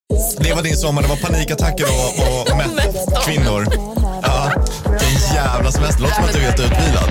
Det var din sommar, det var panikattacker och mätt kvinnor. Ja, en jävla semester. Låter som att du är helt utvilad.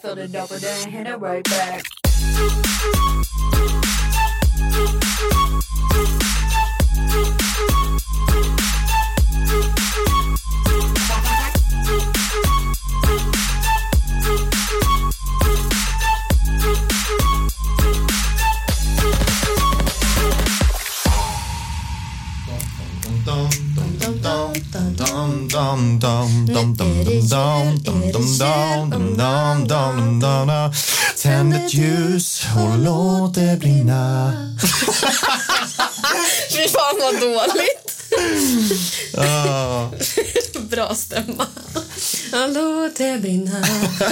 Tänd ett ljus och låt det brinna. Fy fan vad dåligt. Bra stämma. Låt det brinna.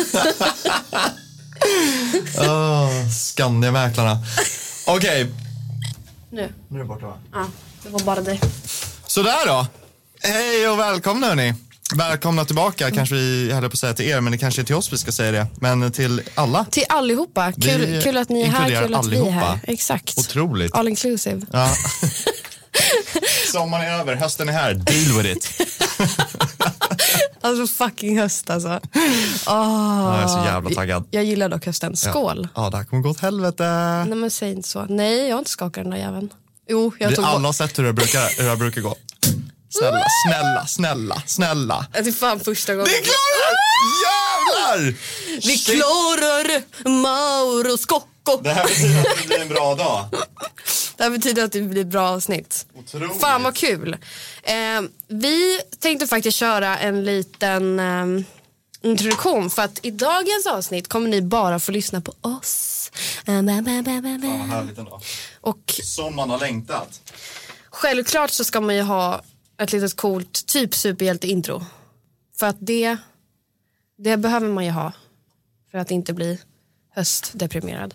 Skandiamäklarna. Okej. Nu är det borta, va? Ja, det var bara det. Sådär då. Hej och välkomna hörni. Välkomna tillbaka, kanske vi hade på att säga till er, men det kanske är till oss vi ska säga det. Men till alla. Till allihopa. Kul att ni är här, kul att vi är här. Exakt. Otroligt. All inclusive. Ja. Sommaren är över, hösten är här. Deal with it. Alltså fucking höst alltså. Jag är så jävla taggad. Jag gillar dock hösten. Skål. Ja, det här kommer gå åt helvete. Nej men säg inte så. Nej, jag har inte skakat den där jäveln. Jo, jag tog alla har sett hur det brukar gå. Snälla. Det är fan första gången. Vi klarar! Jävlar! Vi klarar Mauro Scocco. Det här betyder att det blir en bra dag. Det här betyder att det blir bra avsnitt. Otroligt. Fan vad kul. Vi tänkte faktiskt köra en liten introduktion. För att i dagens avsnitt kommer ni bara få lyssna på oss. Fan vad härligt ändå. Och som man har längtat. självklart så ska man ju ha ett litet coolt typ superhjälte-intro. För att det behöver man ju ha. För att inte bli höstdeprimerad.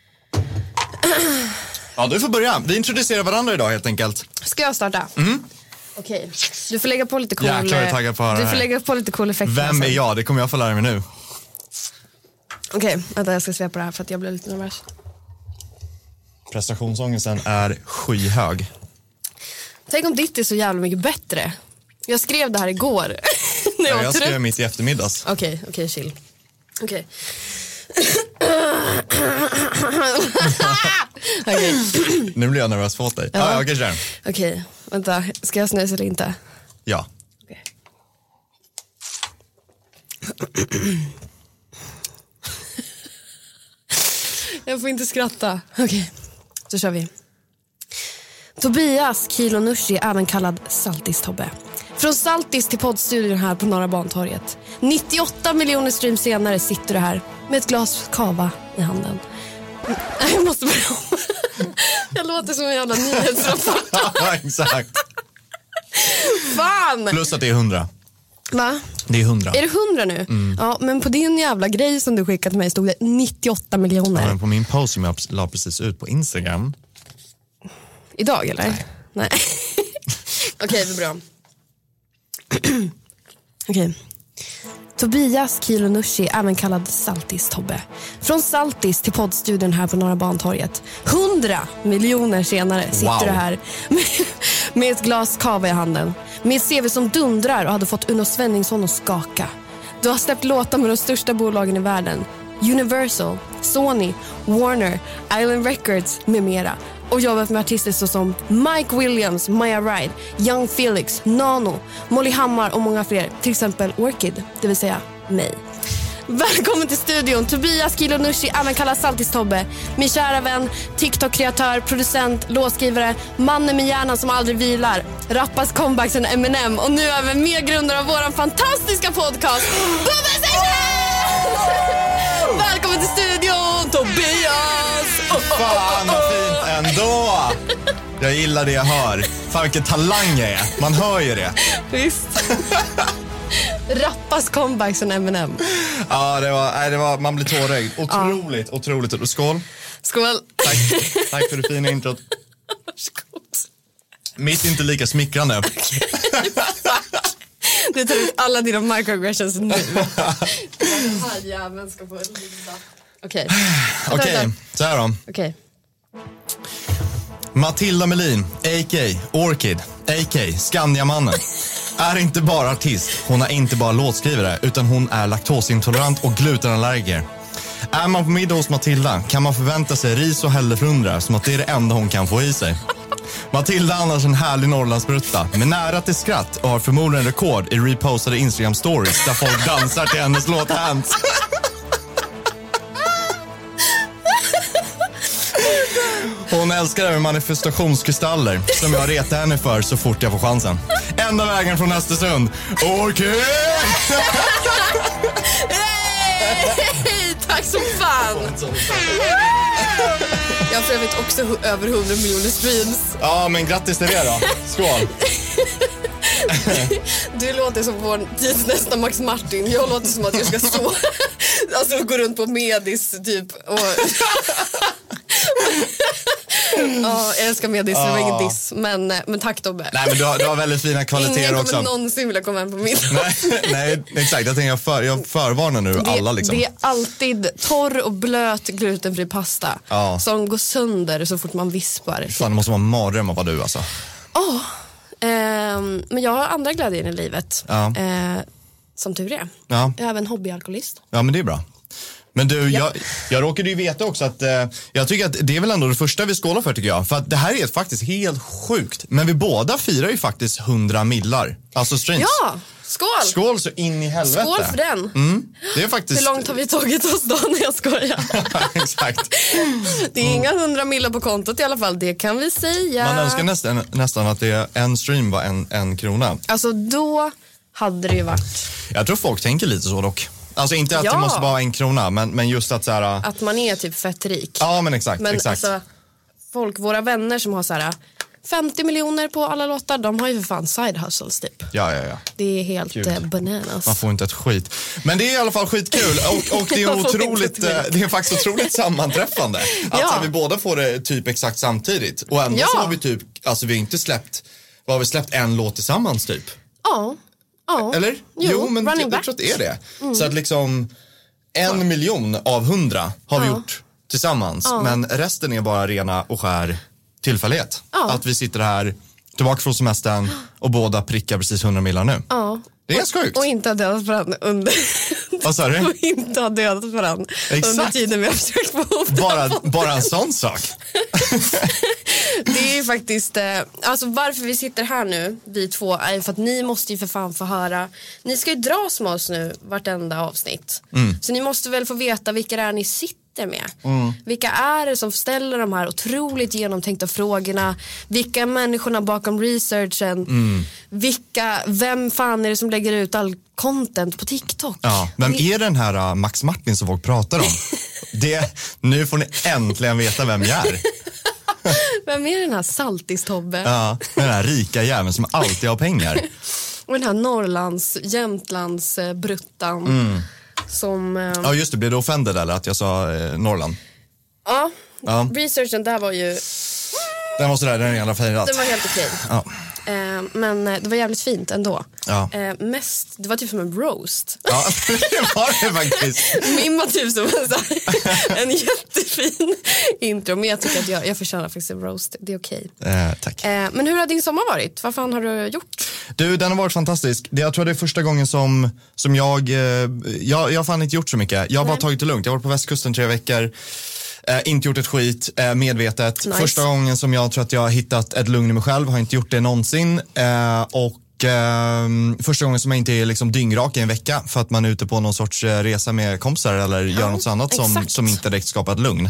Ja, du får börja. Vi introducerar varandra idag helt enkelt. Ska jag starta? Okej. Du får lägga på lite cool. Jäklar, jag är taggad på det här. Du får lägga på lite cool effekter. Vem är jag? Det kommer jag få lära mig nu. Okej, vänta jag ska se på det här för att jag blir lite nervös. Prestationsångesten är skyhög. Tänk om ditt är så jävla mycket bättre. Jag skrev det här igår. När Jag skrev mitt i eftermiddags. Okej, chill. Okej. Nu blir jag nervös för dig. Ja, okej, kör. Okej, vänta. Ska jag snus eller inte? Ja. Okej. Jag får inte skratta. Okej, så kör vi. Tobias Kilonushi, även kallad Saltis-Tobbe. Från Saltis till poddstudion här på Norra Bantorget. 98 miljoner streams senare sitter du här med ett glas kava i handen. Jag måste börja om. Jag låter som en jävla nyhetsreporter. Ja, exakt. Fan! Plus att det är 100. Va? Det är 100. Är det 100 nu? Ja, men på din jävla grej som du skickat till mig stod det 98 miljoner. Ja, men på min post som jag la precis ut på Instagram. Idag eller? Nej. Okej, det är bra. Okej. Tobias Kilonushi, även kallad Saltis-Tobbe. Från Saltis till poddstudion här på Norra Bantorget. 100 miljoner senare sitter du här med ett glas kava i handen. Med ett CV som dundrar och hade fått Uno Svenningsson att skaka. Du har släppt låtar med de största bolagen i världen. Universal, Sony, Warner, Island Records med mera. Och jobbat med artister såsom Mike Williams, Maya Ride, Young Felix, Nano, Molly Hammar och många fler. Till exempel Orchid, det vill säga mig. Välkommen till studion, Tobias Kilonushi, även kallad Saltis-Tobbe. Min kära vän, TikTok-kreatör, producent, låtskrivare, mannen med hjärnan som aldrig vilar. Rappas comeback sen Eminem och nu även medgrundare av våran fantastiska podcast, Bubba Sessions! Välkommen till studion, Tobias! Fan vad fint ändå. Jag gillar det jag hör. Fan vilken talang jag är. Man hör ju det. Visst. Rappas comeback sen Eminem. Ja, det var man blir tårögd. Otroligt. Skål. Skål. Tack för det fina introt. Mitt är inte lika smickrande. Du tar ut alla dina microaggressions nu. Den här jäveln ska få lida. Okej, så här då. Okej. Matilda Melin, a.k.a. Orchid, a.k.a. Skandiamannen, är inte bara artist, hon är inte bara låtskrivare, utan hon är laktosintolerant och glutenallergiker. Är man på middag hos Matilda kan man förvänta sig ris och hälleflundra som att det är det enda hon kan få i sig. Matilda är annars en härlig Norrlandsbrutta med nära till skratt och har förmodligen rekord i repostade Instagram-stories där folk dansar till hennes låt Hands. Hon älskar även manifestationskristaller som jag retar henne för så fort jag får chansen. Enda vägen från Östersund. Okej! Hey, tack så fan! Jag har för övrigt också över 100 miljoner streams. Ja, men grattis till det då. Skål! Du låter som vår tids nästa Max Martin. Jag låter som att jag ska stå alltså gå runt på Medis typ och ja, jag älskar Medis, det var ingen diss. Men tack Tobbe. Nej, men du har väldigt fina kvaliteter också. också. Ingen kommer någonsin vilja komma hem på middag. Nej, exakt. Jag tänker jag förvarnar nu alla liksom. Det är alltid torr och blöt glutenfri pasta som går sönder så fort man vispar. Fan, det måste vara en mardröm av vad du alltså. Men jag har andra glädjer i livet. Som tur är. Ja. Jag är även hobbyalkoholist. Ja, men det är bra. Men du, jag råkade ju veta också att jag tycker att det är väl ändå det första vi skålar för tycker jag. För att det här är faktiskt helt sjukt. Men vi båda firar ju faktiskt 100 millar. Alltså streams. Ja, skål! Skål så in i helvete. Skål för den. Det är faktiskt... Hur långt har vi tagit oss då när jag skojar? Exakt. Det är inga 100 millar på kontot i alla fall, det kan vi säga. Man önskar nästan att en stream var en krona. Alltså då hade det ju varit... Jag tror folk tänker lite så dock. Alltså inte att det måste vara 1 krona, men just att så här... Att man är typ fett rik. Ja, men exakt. Men exakt. Alltså, våra vänner som har så här 50 miljoner på alla låtar, de har ju för fan side hustles typ. Ja. Det är helt bananas. Man får inte ett skit. Men det är i alla fall skitkul och det är otroligt, det är faktiskt otroligt sammanträffande. Att vi båda får det typ exakt samtidigt. Och ändå så har vi typ, alltså vi har inte släppt, vad har vi släppt en låt tillsammans typ? Ja. Eller? Jo, men jag tror att det är det. Så att liksom 1 miljon av 100 har vi gjort tillsammans. Men resten är bara rena och skär tillfällighet. Att vi sitter här tillbaka från semestern och båda prickar precis 100 millar nu. Det är ganska sjukt. Och inte har dödat varandra under... Vad sa du? Och inte har dödat varandra under tiden vi har försökt få ihop bara en sån sak. Det är faktiskt, alltså varför vi sitter här nu, vi två, är för att ni måste ju för fan få höra. Ni ska ju dras med oss nu vartenda avsnitt. Så ni måste väl få veta vilka det är ni sitter med. Vilka är det som ställer de här otroligt genomtänkta frågorna? Vilka är människorna bakom researchen? Vem fan är det som lägger ut all content på TikTok? Ja, vem är den här Max Martin som folk pratar om? Nu får ni äntligen veta vem jag är. Vem är den här Saltis-Tobbe? Ja, den här rika jäveln som alltid har pengar. Och den här Jämtlands bruttan som... Ja, just det. Blev du offended eller att jag sa Norrland? Ja, researchen där var ju... Den var sådär, den är jävla fejrat. Den var helt okej. Ja. Men det var jävligt fint ändå. Ja. Det var typ som en roast. Ja, det var det faktiskt. Min var typ som en jättefin intro. Men jag tycker att jag förtjänar faktiskt en roast. Det är okej. Tack. Men hur har din sommar varit? Vad fan har du gjort? Du, den har varit fantastisk. Jag tror det är första gången som jag har fan inte gjort så mycket. Jag har bara tagit det lugnt. Jag har varit på västkusten 3 veckor. Inte gjort ett skit, medvetet. Nice. Första gången som jag tror att jag har hittat ett lugn i mig själv. Har inte gjort det någonsin. Och första gången som jag inte är liksom dyngrak i en vecka. För att man är ute på någon sorts resa med kompisar. Eller gör något annat som inte direkt skapar ett lugn.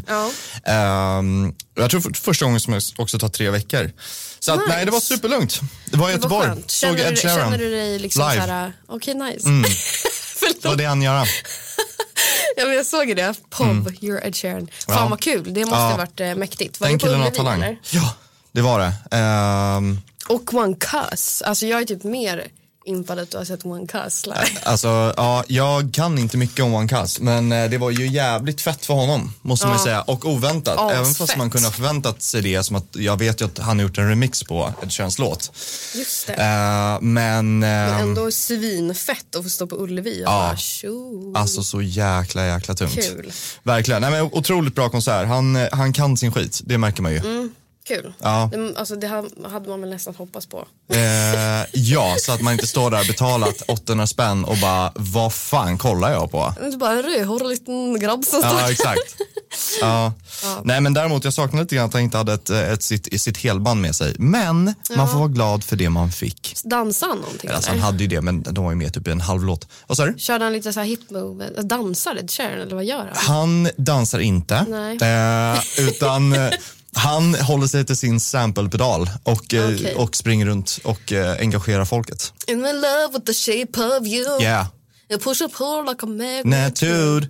Jag tror första gågen som jag också tar 3 veckor. Så att, nej, det var superlugnt. Det var i Göteborg. Såg Ed Sheeran. Känner du dig liksom live. såhär, okej, nice. Det var det han gör. Ja, men jag såg ju det. You're Ed Sheeran. Fan vad kul, det måste ha varit mäktigt. Var den det på killen har Ullevi, talang. eller? Ja, det var det. Och One Cuss. Alltså jag är typ mer infall att du har sett One Cuss live. Alltså, ja, jag kan inte mycket om One Cuss. Men det var ju jävligt fett för honom, måste man ju säga. Och oväntat. Även fast fett. man kunde ha förväntat sig det. Som att jag vet ju att han har gjort en remix på Ed Sheerans låt. Just det. Men ändå svinfett att få stå på Ullevi och bara tjo. alltså så jäkla tungt. Kul. Verkligen. Nej, men otroligt bra konsert. Han kan sin skit, det märker man ju. Kul. Ja. Det hade man väl nästan hoppats på. Ja, så att man inte står där och betalat 800 spänn och bara, vad fan kollar jag på? Det är bara en rödhårig liten grabb som står. Ja, exakt. Ja. Nej, men däremot jag saknar lite grann att han inte hade sitt helband med sig. Men man får vara glad för det man fick. Dansade han någonting? Alltså, han hade ju det, men de var ju med typ i en halv låt. Vad sa du? Körde han lite så här hip move? Dansar Ed Sheeran eller vad gör han? Han dansar inte. Utan han håller sig till sin samplepedal och springer runt och engagerar folket. In love with the shape of you. Yeah. You push up her like a magnet.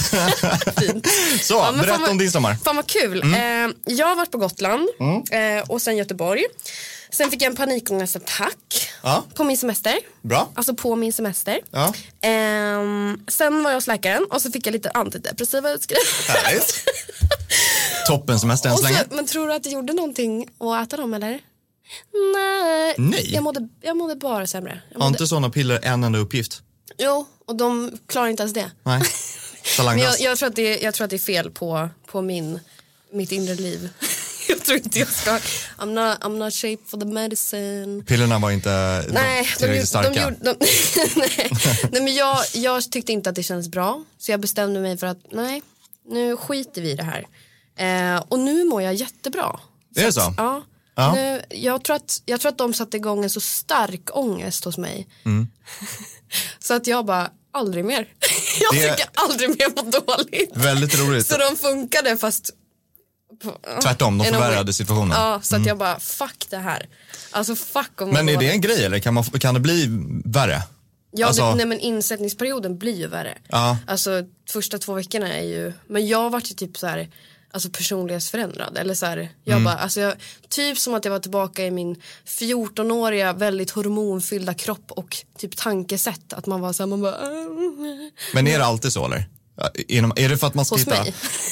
Så, berätta om din sommar. Fan vad kul. Jag har varit på Gotland och sen Göteborg. Sen fick jag en panikångestattack på min semester. Bra. Alltså på min semester. Ja. Sen var jag hos läkaren och så fick jag lite antidepressiva utskrivningar. Härligt. Toppen semester än så länge. Men tror du att det gjorde någonting att äta dem eller? Nej. Jag mådde bara sämre. Har inte sådana piller en enda uppgift? Jo, och de klarar inte ens det. Nej. Men jag tror att det är fel på mitt inre liv. Jag tror inte jag ska. I'm not shaped for the medicine. Pillerna var inte tillräckligt starka. Nej, men jag tyckte inte att det kändes bra. Så jag bestämde mig för att nu skiter vi i det här. Och nu mår jag jättebra. Det är så? Ja. Nu, jag tror att de satte igång en så stark ångest hos mig. Så att jag bara, aldrig mer. Jag tycker aldrig mer på dåligt. Väldigt roligt. Så de funkade fast tvärtom, de förvärrade situationen. Ja, så att jag bara, fuck det här. Alltså fuck om. Men är det en grej eller kan det bli värre? Ja, alltså... men insättningsperioden blir ju värre. Ja. Alltså första 2 veckorna är ju, men jag var ju typ så här, alltså personlighetsförändrad eller så här, jag bara, alltså typ som att jag var tillbaka i min 14-åriga väldigt hormonfyllda kropp och typ tankesätt, att man var så här, man bara Men är det alltid så eller? Är det för att man ska hos hitta mig?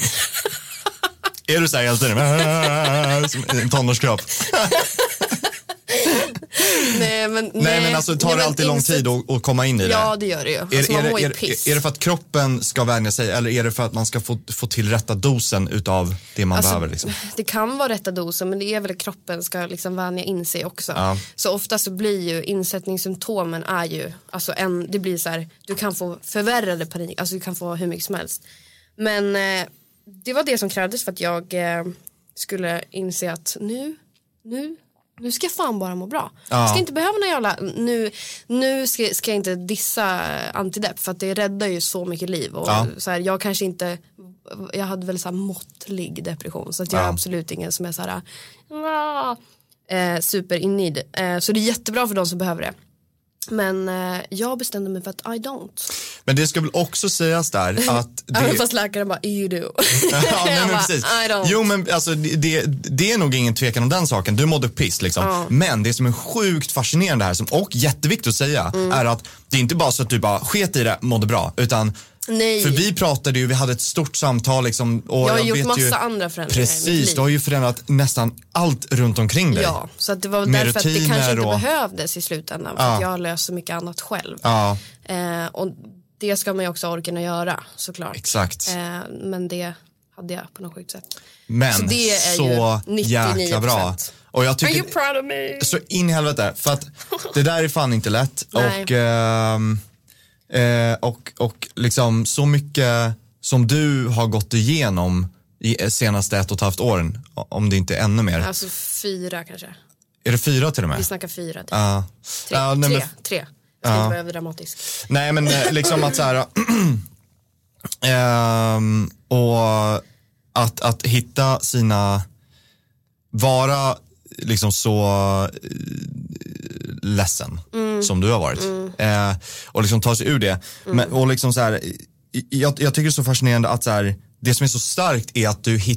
Är du så här hela tiden som en tonårskropp? Nej, men alltså tar det alltid lång tid att komma in i det? Ja, det gör det ju. Alltså, är det för att kroppen ska vänja sig eller är det för att man ska få till rätta dosen utav det man behöver? Liksom? Det kan vara rätta dosen, men det är väl att kroppen ska liksom vänja in sig också. Ja. Så ofta så blir ju insättningssymptomen är ju, alltså det blir så här, du kan få förvärrade panik, alltså du kan få hur mycket som helst. Men det var det som krävdes för att jag skulle inse att nu ska jag fan bara må bra. Jag ska inte behöva någon jävla... Nu ska jag inte dissa antidepp, för att det räddar ju så mycket liv. Och så här, jag kanske inte... Jag hade väl så här måttlig depression. Så att jag är absolut ingen som är så här... super in i det. Så det är jättebra för de som behöver det. Men jag bestämde mig för att I don't. Men det ska väl också sägas där att... Fast läkaren bara, you do. Men precis. I don't. Jo, men alltså, det är nog ingen tvekan om den saken. Du mådde piss liksom. Men det som är sjukt fascinerande här, och jätteviktigt att säga, är att det är inte bara så att du bara sket i det, mådde bra, utan... Nej. För vi pratade ju, vi hade ett stort samtal liksom, och jag har gjort massa andra förändringar. Precis, du har ju förändrat nästan allt runt omkring dig. Ja, så att det var därför att det kanske inte behövdes i slutändan, för att jag löser mycket annat själv. Och det ska man ju också orka att göra, såklart. Exakt. Men det hade jag på något sjukt sätt. Men så det är så ju 99%. Jäkla bra. Och jag tycker, are you proud of me? Så in i helvete, för att det där är fan inte lätt. Och liksom så mycket som du har gått igenom i senaste 1,5 åren, om det inte är ännu mer. Alltså 4 kanske. Är det 4 till och med? Vi snackar 4. 3. Jag ska inte vara överdramatisk. Nej, men liksom att så här och att hitta sina, vara liksom så ledsen som du har varit och liksom ta sig ur det. Men, och liksom så här, jag tycker det är så fascinerande att så här, det som är så starkt är att du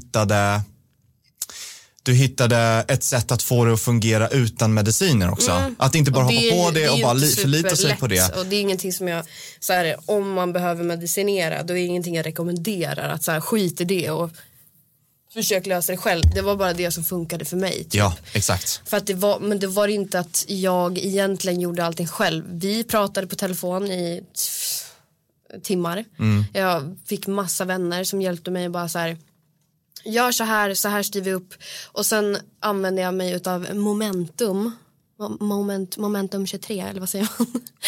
hittade ett sätt att få det att fungera utan mediciner också. Att inte bara hoppa på det och bara förlita sig på det. Och det är ingenting som jag, så här, om man behöver medicinera, då är det ingenting jag rekommenderar. Att så här, skit i det och försök lösa det själv. Det var bara det som funkade för mig. Typ. Ja, exakt. För att det var inte att jag egentligen gjorde allting själv. Vi pratade på telefon i timmar. Jag fick massa vänner som hjälpte mig bara så här. gör så här skriver vi upp. Och sen använder jag mig utav Momentum 23, eller vad säger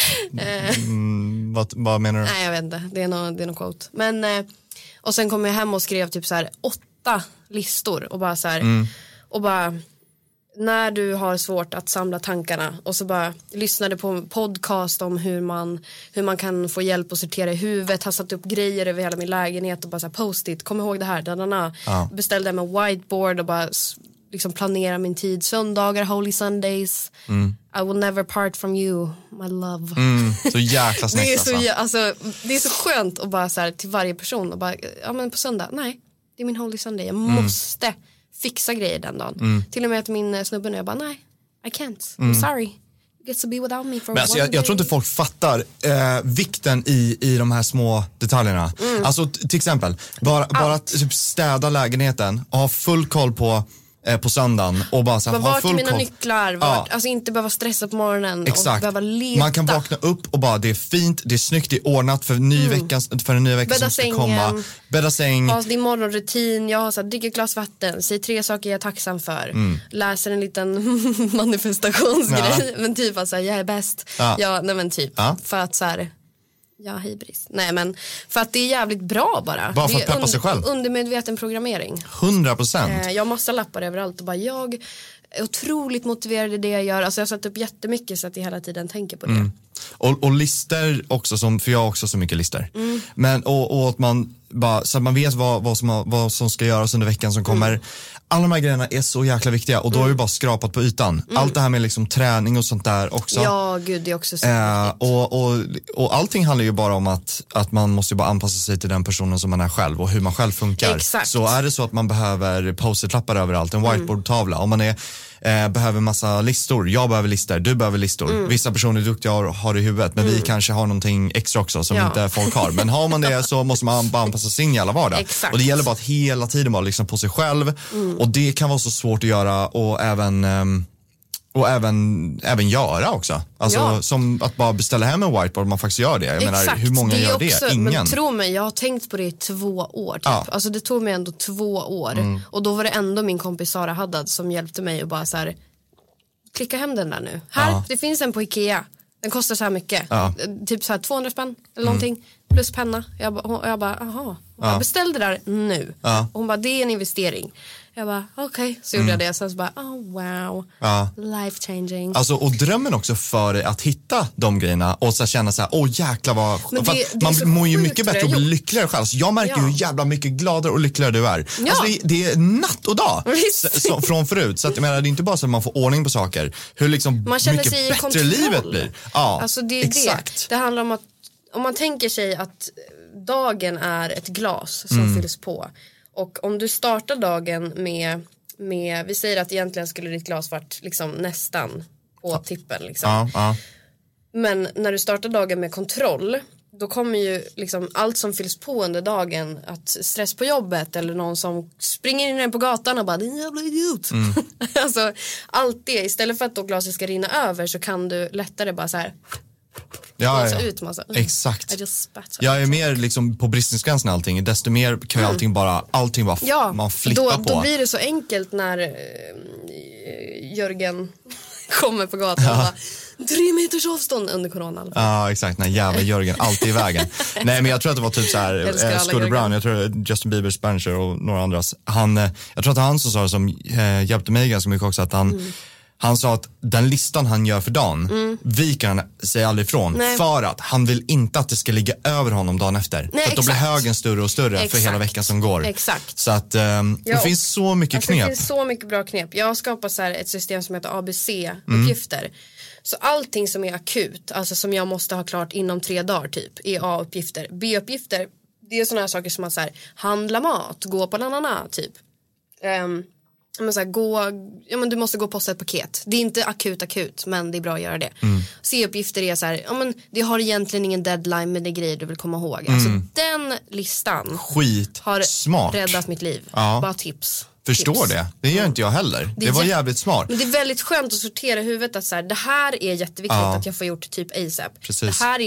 man? Vad menar du? Nej, jag vet inte, det är någon quote. Men, och sen kom jag hem och skrev typ så här 8 listor. Och bara så här, och bara, när du har svårt att samla tankarna. Och så bara lyssnade på en podcast om hur man kan få hjälp att sortera i huvudet. Har satt upp grejer över hela min lägenhet och bara så här post-it, kom ihåg det här. Beställde med whiteboard och bara liksom planera min tid. Söndagar, holy Sundays. I will never part from you, my love. Så jäkla snyggt. Det är så skönt att bara så här, till varje person och bara, ja men på söndag, nej, det är min holy Sunday. Jag måste fixa grejer den dagen. Till och med att min snubbe nu, jag bara, nej, I can't. I'm sorry. You get to be without me for alltså, jag tror inte folk fattar vikten i de här små detaljerna. Alltså till exempel, bara att typ städa lägenheten och ha full koll på söndagen och bara så här, ha full mina nycklar, alltså inte behöva stressa på morgonen. Exakt. Och behöva leta. Man kan vakna upp och bara, det är fint, det är snyggt, det är ordnat för den nya veckan som ska komma. Bädda säng. Ha din morgonrutin, jag har så här, dricker ett glas vatten, säger 3 saker jag är tacksam för. Läser en liten manifestationsgrej, men typ att jag är bäst. För att så här, ja, hybris. Nej, men för att det är jävligt bra bara. Bara för att peppa sig själv. Undermedveten programmering. 100%. Jag har massa lappar överallt och bara, jag är otroligt motiverad i det jag gör. Alltså jag har satt upp jättemycket så att jag hela tiden tänker på det. Och lister också, för jag har också så mycket lister. Men, och att man bara, så att man vet vad som ska göras under veckan som kommer. Alla de här grejerna är så jäkla viktiga och då har vi bara skrapat på ytan. Allt det här med liksom träning och sånt där också. Ja, gud, det är också så viktigt. Och allting handlar ju bara om att man måste bara anpassa sig till den personen som man är själv och hur man själv funkar. Exakt. Så är det så att man behöver post-it-lappar överallt, en whiteboard-tavla, om man behöver massa listor, jag behöver listor, du behöver listor. Vissa personer är duktiga och har det i huvudet, men vi kanske har någonting extra också som inte folk har. Men har man det så måste man bara anpassa sin jävla vardag. Exakt. Och det gäller bara att hela tiden vara liksom på sig själv. Och det kan vara så svårt att göra och även göra också. Alltså som att bara beställa hem en whiteboard, man faktiskt gör det. Jag menar, hur många gör det? Ingen. Men tro mig, jag har tänkt på det i 2 år typ. Alltså det tog mig ändå 2 år. Och då var det ändå min kompis Sara Haddad som hjälpte mig och bara så här, klicka hem den där nu. Här, det finns en på Ikea. Den kostar så här mycket. Typ så här 200 spänn eller någonting. Plus penna. Jag bara, aha. Jag beställde det där nu. Och hon bara, det är en investering. Jag bara, okej. Så gjorde jag det. Sen så bara, wow. Life changing. Alltså, och drömmen också för dig att hitta de grejerna och så känna så här, jäkla vad... man mår ju mycket bättre och blir lyckligare själv. Så jag märker hur jävla mycket gladare och lyckligare du är. Alltså, det är natt och dag från förut. Så att, jag menar, det är inte bara så att man får ordning på saker. Hur liksom man känner mycket sig bättre kontroll. Livet blir. Ja, alltså det är exakt. Det handlar om att om man tänker sig att dagen är ett glas som fylls på. Och om du startar dagen med vi säger att egentligen skulle ditt glas varit liksom nästan på tippen liksom. Men när du startar dagen med kontroll, då kommer ju liksom allt som fylls på under dagen, att stress på jobbet eller någon som springer in på gatan och bara, din jävla idiot. Alltså allt det, istället för att då glaset ska rinna över så kan du lättare bara så här ut massa. Exakt. Jag är mer liksom på bristningsgränsen allting. Desto mer kan ju allting bara man flippar på. Då blir det så enkelt när Jörgen kommer på gatan och bara 3 meters avstånd under corona. Ja, exakt. Nej, jävla Jörgen, alltid i vägen. Nej, men jag tror att det var typ så här Scooter Brown, jag tror Justin Biebers manager och några andras. Jag tror att han som sa det som hjälpte mig ganska mycket också, att han sa att den listan han gör för dagen viker han sig aldrig ifrån. För att han vill inte att det ska ligga över honom dagen efter. För att då blir högen större och större för hela veckan som går. Exakt. Så att det finns så mycket knep. Det finns så mycket bra knep. Jag har skapat så här ett system som heter ABC-uppgifter. Så allting som är akut, alltså som jag måste ha klart inom 3 dagar typ, är A-uppgifter. B-uppgifter, det är sådana här saker som att så här, handla mat, gå på nanana typ. Men så här, men du måste gå och posta ett paket. Det är inte akut, men det är bra att göra det. C-uppgifter är så här, det har egentligen ingen deadline, men det är grejer du vill komma ihåg. Alltså den listan har räddat mitt liv. Bara tips. Förstår det. Det gör inte jag heller. Det var jävligt smart. Men det är väldigt skönt att sortera i huvudet att så här, det här är jätteviktigt att jag får gjort typ ASAP. Precis. Det här är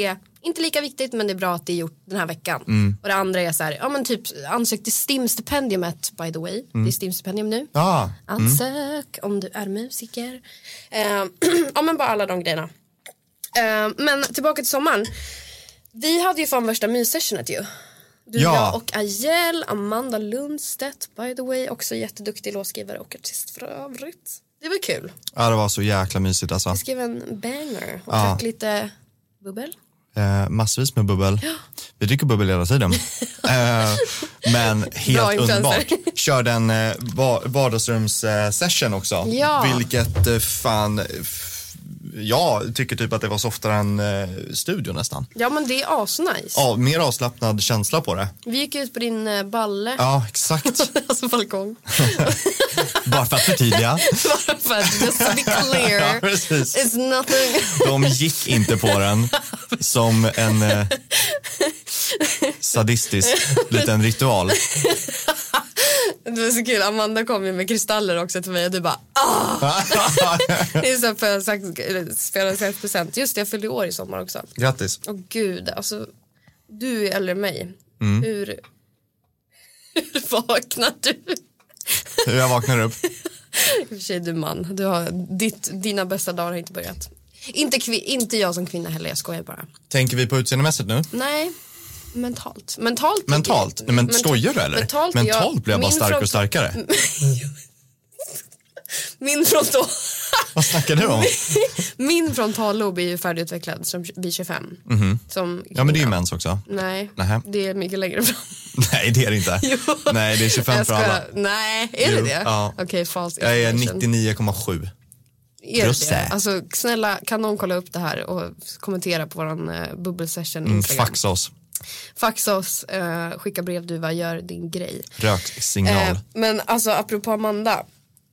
inte lika viktigt, men det är bra att det är gjort den här veckan. Och det andra är så här, ja men typ ansök till STIM-stipendiumet, by the way. Det är STIM-stipendium nu. Ansök om du är musiker. Ja men bara alla de grejerna. Men tillbaka till sommaren. Vi hade ju fan värsta myssessionet ju. Du, jag och Ajel, Amanda Lundstedt, by the way, också jätteduktig låtskrivare och artist för övrigt. Det var kul. Ja, det var så jäkla mysigt alltså. Jag skrev en banger och drack lite bubbel. Massvis med bubbel. Vi dricker bubbel hela tiden. Men helt underbart. Körde en vardagsrums-session också. Vilket fan... Jag tycker typ att det var softare än studio nästan. Ja, men det är asnice. Ja, mer avslappnad känsla på det. Vi gick ut på din balle. Ja, exakt. Alltså balkong. Bara för att förtydliga. Bara för att just to be clear. Ja, precis. It's nothing. De gick inte på den som en sadistisk liten ritual. Det var så kul, Amanda kom ju med kristaller också till mig och du bara det är så för present. Just det, jag fyllde år i sommar också. Grattis. Åh gud, alltså du är äldre än mig. Hur vaknar du? Hur jag vaknar upp? I och för sig, du man, du har dina bästa dagar har inte börjat. Inte jag som kvinna heller, jag skojar bara. Tänker vi på utseendemässigt nu? Nej. Mentalt. Nej, men skojar du eller? Mentalt blir jag bara stark och starkare. Min frontal... Vad snackar du om? Min frontallob är ju färdigutvecklad som vid 25. Som ja, men det är ju mens också. Nej, det är mycket längre fram. Nej, det är det inte. Nej, det är 25 för alla. Nej, är det det? Ja. Okej, false jag är 99,7. Är det? Alltså, snälla, kan någon kolla upp det här och kommentera på våran bubbelsession Instagram? Faxa oss, skicka brevduva, gör din grej. Röksignal. Men alltså, apropå Amanda.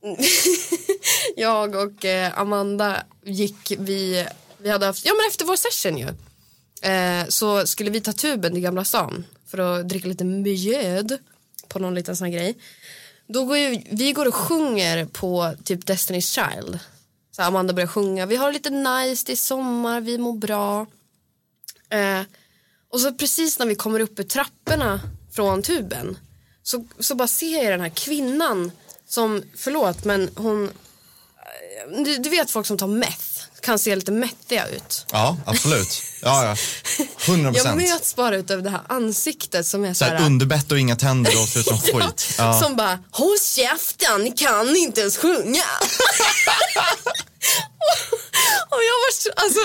Jag och Amanda vi hade haft, ja men efter vår session ju. Så skulle vi ta tuben till Gamla stan för att dricka lite mjöd på någon liten sån här grej. Då vi går och sjunger på typ Destiny's Child. Så Amanda börjar sjunga, vi har lite nice, det är sommar, vi mår bra. Och så precis när vi kommer upp i trapporna från tuben så bara ser jag den här kvinnan som, förlåt men hon, du vet folk som tar meth kan se lite mättiga ut. Ja, absolut. Ja. 100%. Jag möts bara utav det här ansiktet som är så här underbett och inga tänder och ser ut som skit. Ja. Som bara, håll käften, ni kan inte ens sjunga. Och jag var alltså,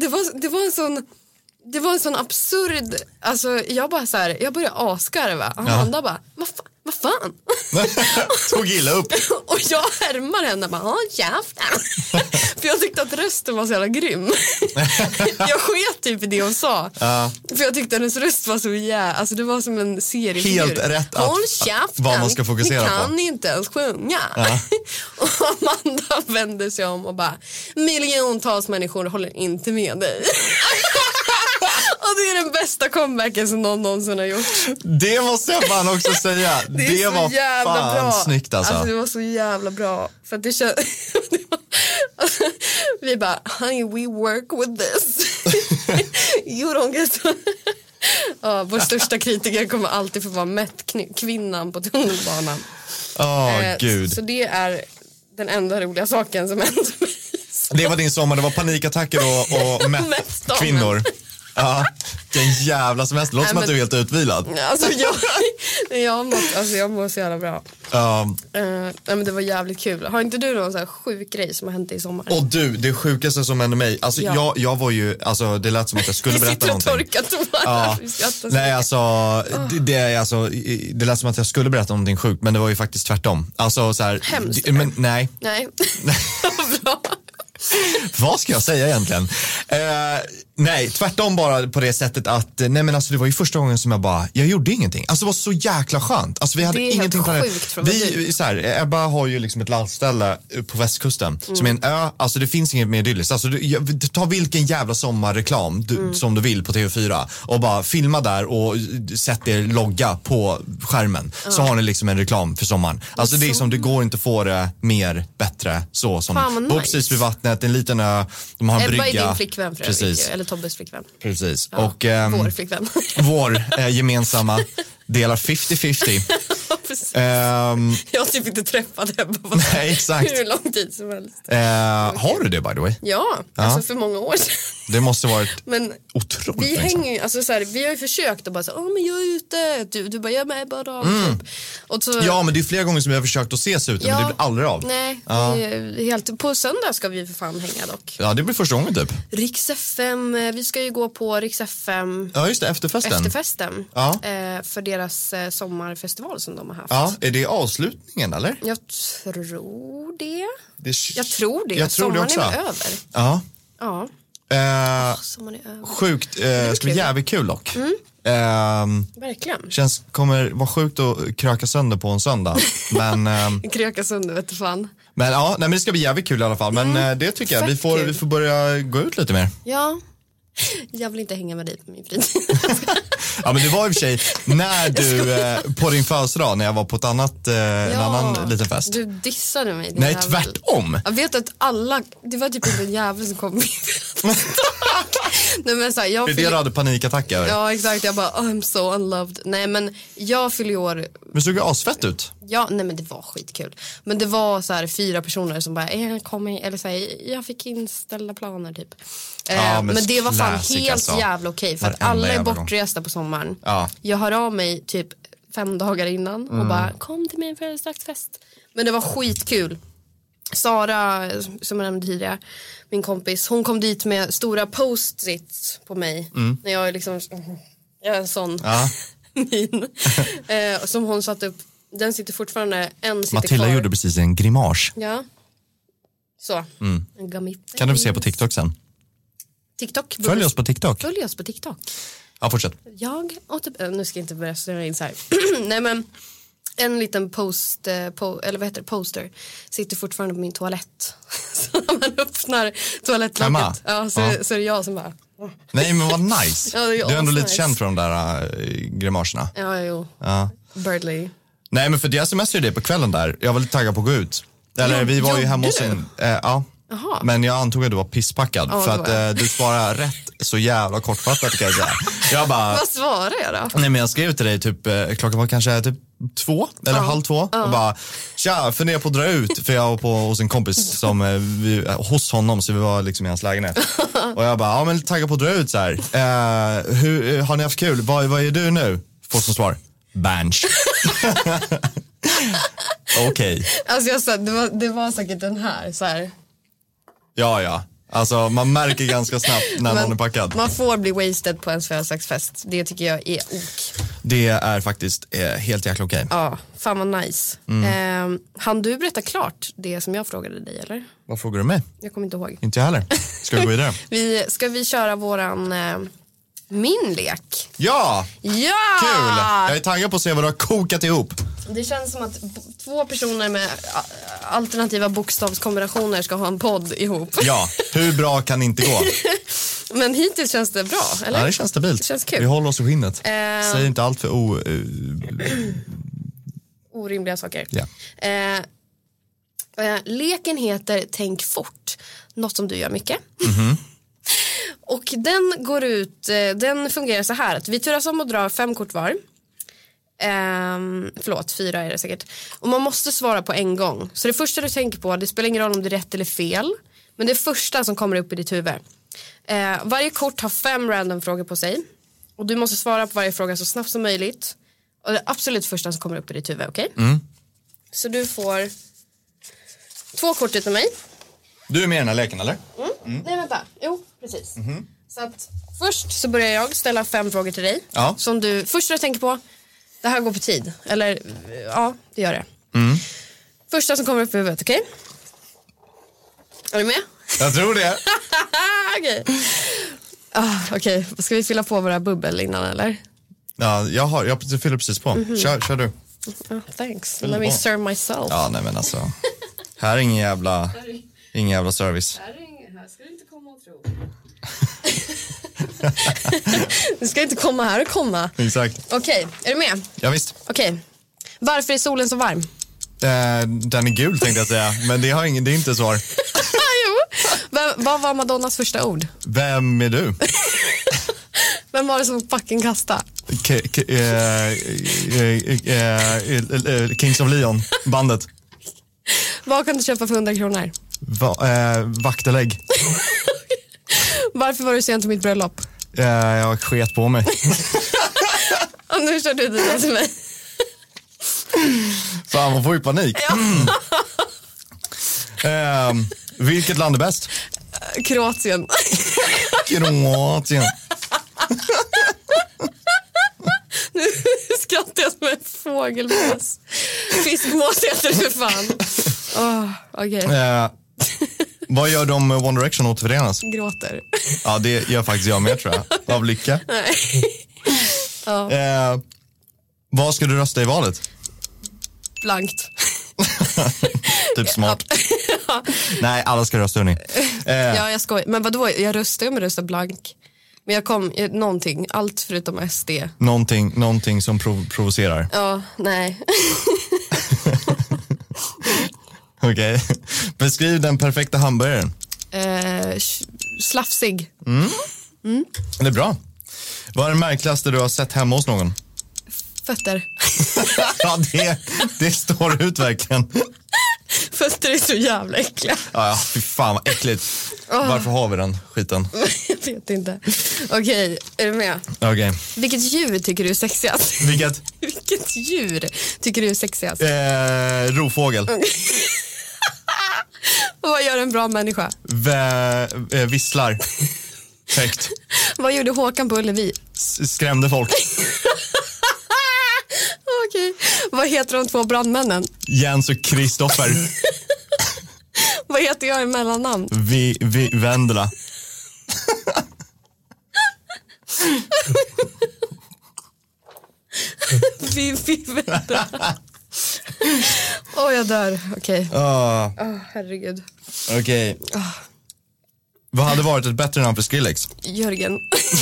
det var en sån absurd, alltså jag bara så här, jag började askarva. Amanda bara, vad fan? Tog illa upp. Och jag härmar henne bara, håll käften. För jag tyckte att rösten var så jävla grym. Jag sket typ i det hon sa. För jag tyckte att hennes röst var så alltså det var som en seriefigur. Helt rätt håll käften, vad man ska fokusera på. Ni kan inte ens sjunga. Och Amanda vände sig om och bara, miljontals människor håller inte med dig. Och det är den bästa comebacken som någon någonsin har gjort. Det måste jag fan också säga. Det var fan bra. Snyggt alltså. Det var så jävla bra. För att det vi bara, honey, we work with this. You don't get vår största kritiker kommer alltid få vara mätt-kvinnan på tunnelbanan. Gud. Så det är den enda roliga saken som hände mig. Det var din sommar, det var panikattacker och mätt-kvinnor. Ja, vilken jävla semester. Det låter som att du är helt utvilad. Alltså jag mår så jävla bra. Men det var jävligt kul. Har inte du någon så här sjuk grej som har hänt i sommar? Och du, det sjukaste som hände mig. Alltså jag var ju, alltså det lät som att jag skulle berätta någonting. Vi sitter och torkar Nej, alltså det lät som att jag skulle berätta någonting sjukt, men det var ju faktiskt tvärtom. Alltså så här, hemskt. Men nej. Bra. Vad ska jag säga egentligen? Nej, tvärtom bara på det sättet att nej men alltså det var ju första gången som jag gjorde ingenting. Alltså det var så jäkla skönt. Alltså vi hade ingenting på det. Så här, Ebba har ju liksom ett landställe på västkusten som är en ö. Alltså det finns inget mer idylliskt. Alltså ta vilken jävla sommarreklam som du vill på TV4 och bara filma där och sätt er logga på skärmen. Så har ni liksom en reklam för sommaren. Alltså det är som, det går inte att få det bättre så som bor precis vid vattnet, en liten ö, de har en brygga. Ebba är din flickvän för precis. Eller Tobbes flickvän. Precis. Ja, Och vår flickvän. Vår gemensamma delar 50-50. Jag har typ inte träffat Ebba på nej, exakt. hur lång tid som helst. Har du det, by the way? Ja, alltså för många år sedan. Det måste varit men otroligt. Vi hänger ju, alltså så här, vi har ju försökt att bara så, men jag är ute. Du bara, jag med Ebba då. Och så, ja, men det är flera gånger som jag har försökt att ses ute, men det blir aldrig av. Nej, helt, på söndag ska vi för fan hänga dock. Ja, det blir första gången typ. Riks FM, vi ska ju gå på Riks FM. Ja, just det, efterfesten. Ja. För deras sommarfestival som de har haft. Ja, är det avslutningen eller? Jag tror det. Jag tror det. Jag tror det också. Sommaren är över. Ja. Ja. Sommaren är över. Sjukt, ska bli jävligt kul dock. Verkligen. Kommer vara sjukt att kröka sönder på en söndag. Men kröka sönder, vet du fan. Men ja, nej, men det ska bli jävligt kul i alla fall. Men det tycker jag, vi får börja gå ut lite mer. Ja. Jag vill inte hänga med dig på min fritid. Ja, men det var i och för sig när du på din födelsedag när jag var på ett annat en annan liten fest. Du dissade mig. Nej, tvärtom. Jag vet att det var typ en jävel som kom. Nej, men så här, det du hade panikattack över. Ja, exakt. Jag bara, I'm so unloved. Nej, men jag fyller år. Men såg du asfett ut? Ja, nej men det var skitkul. Men det var så här 4 personer som bara, eller så här, jag fick inställda planer typ. Men det var fan helt alltså. Jävla okej. För att alla är bortresta på sommaren. Ja. Jag hör av mig typ 5 dagar innan och bara, kom till min födelsedagsfest. Men det var skitkul. Sara, som jag nämnde tidigare, min kompis, hon kom dit med stora post-its på mig. När jag är liksom, jag är en sån min. Som hon satt upp. Den sitter fortfarande, en sitter Matilda kvar. gjorde precis en grimas. Ja. Så. En gamitte. Kan du se på TikTok sen? TikTok. Följ oss på TikTok. Följ oss på TikTok. Ja, fortsätt. Jag nu ska jag inte börja snöra in så här. Nej, men en liten poster sitter fortfarande på min toalett. Så när man öppnar toalettlocket, så är det jag som bara. Nej, men vad nice. Ja, du är ändå lite känd för de där grimaserna. Ja, jo. Birdly. Nej, men för jag smsade det på kvällen där. Jag var lite taggad på att gå ut. Eller vi var ju hemma hos en... ja. Aha. Men jag antog att du var pisspackad för att du svarade rätt så jävla kortfattat kan jag säga. Jag bara, vad svarade jag då? Nej, men jag skrev till dig typ, klockan var kanske typ 2 eller 1:30 och bara, tja, funderar på att dra ut för jag var hos en kompis som, hos honom så vi var liksom i hans lägenhet. Och jag bara, ja men taggad på att dra ut så här. Hur, har ni haft kul? Vad är du nu? Får som svar, Banch. Okej. Alltså jag sa, det var säkert den här så här. Ja. Alltså man märker ganska snabbt när någon är packad. Man får bli wasted på en födelsedagsfest. Det tycker jag är ok. Det är faktiskt helt jäkla okej. Ja, fan vad nice. Han du berätta klart det som jag frågade dig, eller? Vad frågar du mig? Jag kommer inte ihåg. Inte jag heller. Ska vi gå vidare? Ska vi köra våran min lek? Ja! Kul! Jag är taggad på att se vad du har kokat ihop. Det känns som att 2 personer med alternativa bokstavskombinationer ska ha en podd ihop. Ja, hur bra kan det inte gå? Men hittills känns det bra, eller? Ja, det känns stabilt. Det känns kul. Vi håller oss i skinnet. Säg inte allt för orimliga saker. Ja. Leken heter Tänk fort. Något som du gör mycket. Och den fungerar så här att vi turas om och drar 5 kort var. 4 är det säkert. Och man måste svara på en gång. Så det första du tänker på, det spelar ingen roll om det är rätt eller fel, men det första som kommer upp i ditt huvud. Varje kort har 5 random frågor på sig. Och du måste svara på varje fråga så snabbt som möjligt. Och det absolut första som kommer upp i ditt huvud, okej? Så du får 2 kort utav mig. Du är med i den här leken, eller? Nej, vänta. Jo, precis. Så att först så börjar jag ställa 5 frågor till dig. Ja. Som du först tänker på. Det här går på tid. Eller, ja, det gör det. Första som kommer upp i huvudet, okej? Är du med? Jag tror det. Okej, ska vi fylla på våra bubbel innan, eller? Ja, jag fyller precis på. Kör du. Thanks. Let me serve myself. Ja, nej men alltså. Här är ingen jävla service. Här ska du inte komma och tro. Du ska inte komma här och komma. Exakt. Okej, är du med? Ja, visst. Okej. Varför är solen så varm? Den är gul tänkte jag säga, men det är inte svar. Jo. Vad var Madonnas första ord? Vem är du? Vem var det som fucking kastade? Kings of Leon, bandet. Vad kan du köpa för 100 kronor? Vaktelägg. Varför var du sent till mitt bröllop? Jag sket på mig. Och nu kör du det till mig. Fan, man får ju panik. Vilket land är bäst? Kroatien. Kroatien. Nu skrattar jag som en fågelmås. Fiskmås heter det för fan. Okej. Vad gör de One Direction återförenas? Gråter. Ja, det gör faktiskt jag med, tror jag. Av lycka. Nej. Vad ska du rösta i valet? Blankt. Typ smart. Nej, alla ska rösta, hörni. Ja, jag skojar. Men vadå? Jag röstar blank. Men jag kom, någonting, allt förutom SD. Någonting som provocerar. Ja, nej. Okej. Beskriv den perfekta hamburgaren. Slafsig. Det är bra. Vad är det märkligaste du har sett hemma hos någon? Fötter. Ja, det står ut verkligen. Fötter är så jävla äckliga. Ja, fy fan vad äckligt. Varför har vi den skiten? Jag vet inte. Okej, är du med? Okej. Vilket djur tycker du är sexigast? Vilket djur tycker du är sexigast? Rovfågel. Vad gör en bra människa? Visslar. Högt. Vad gjorde Håkan på Ullevi? Skrämde folk. Okej. Vad heter de 2 brandmännen? Jens och Kristoffer. Vad heter jag i mellannamn? Vendela. Vendela. Jag dör. Okej. Herregud. Okej. Vad hade varit ett bättre namn för Skrillex? Jörgen.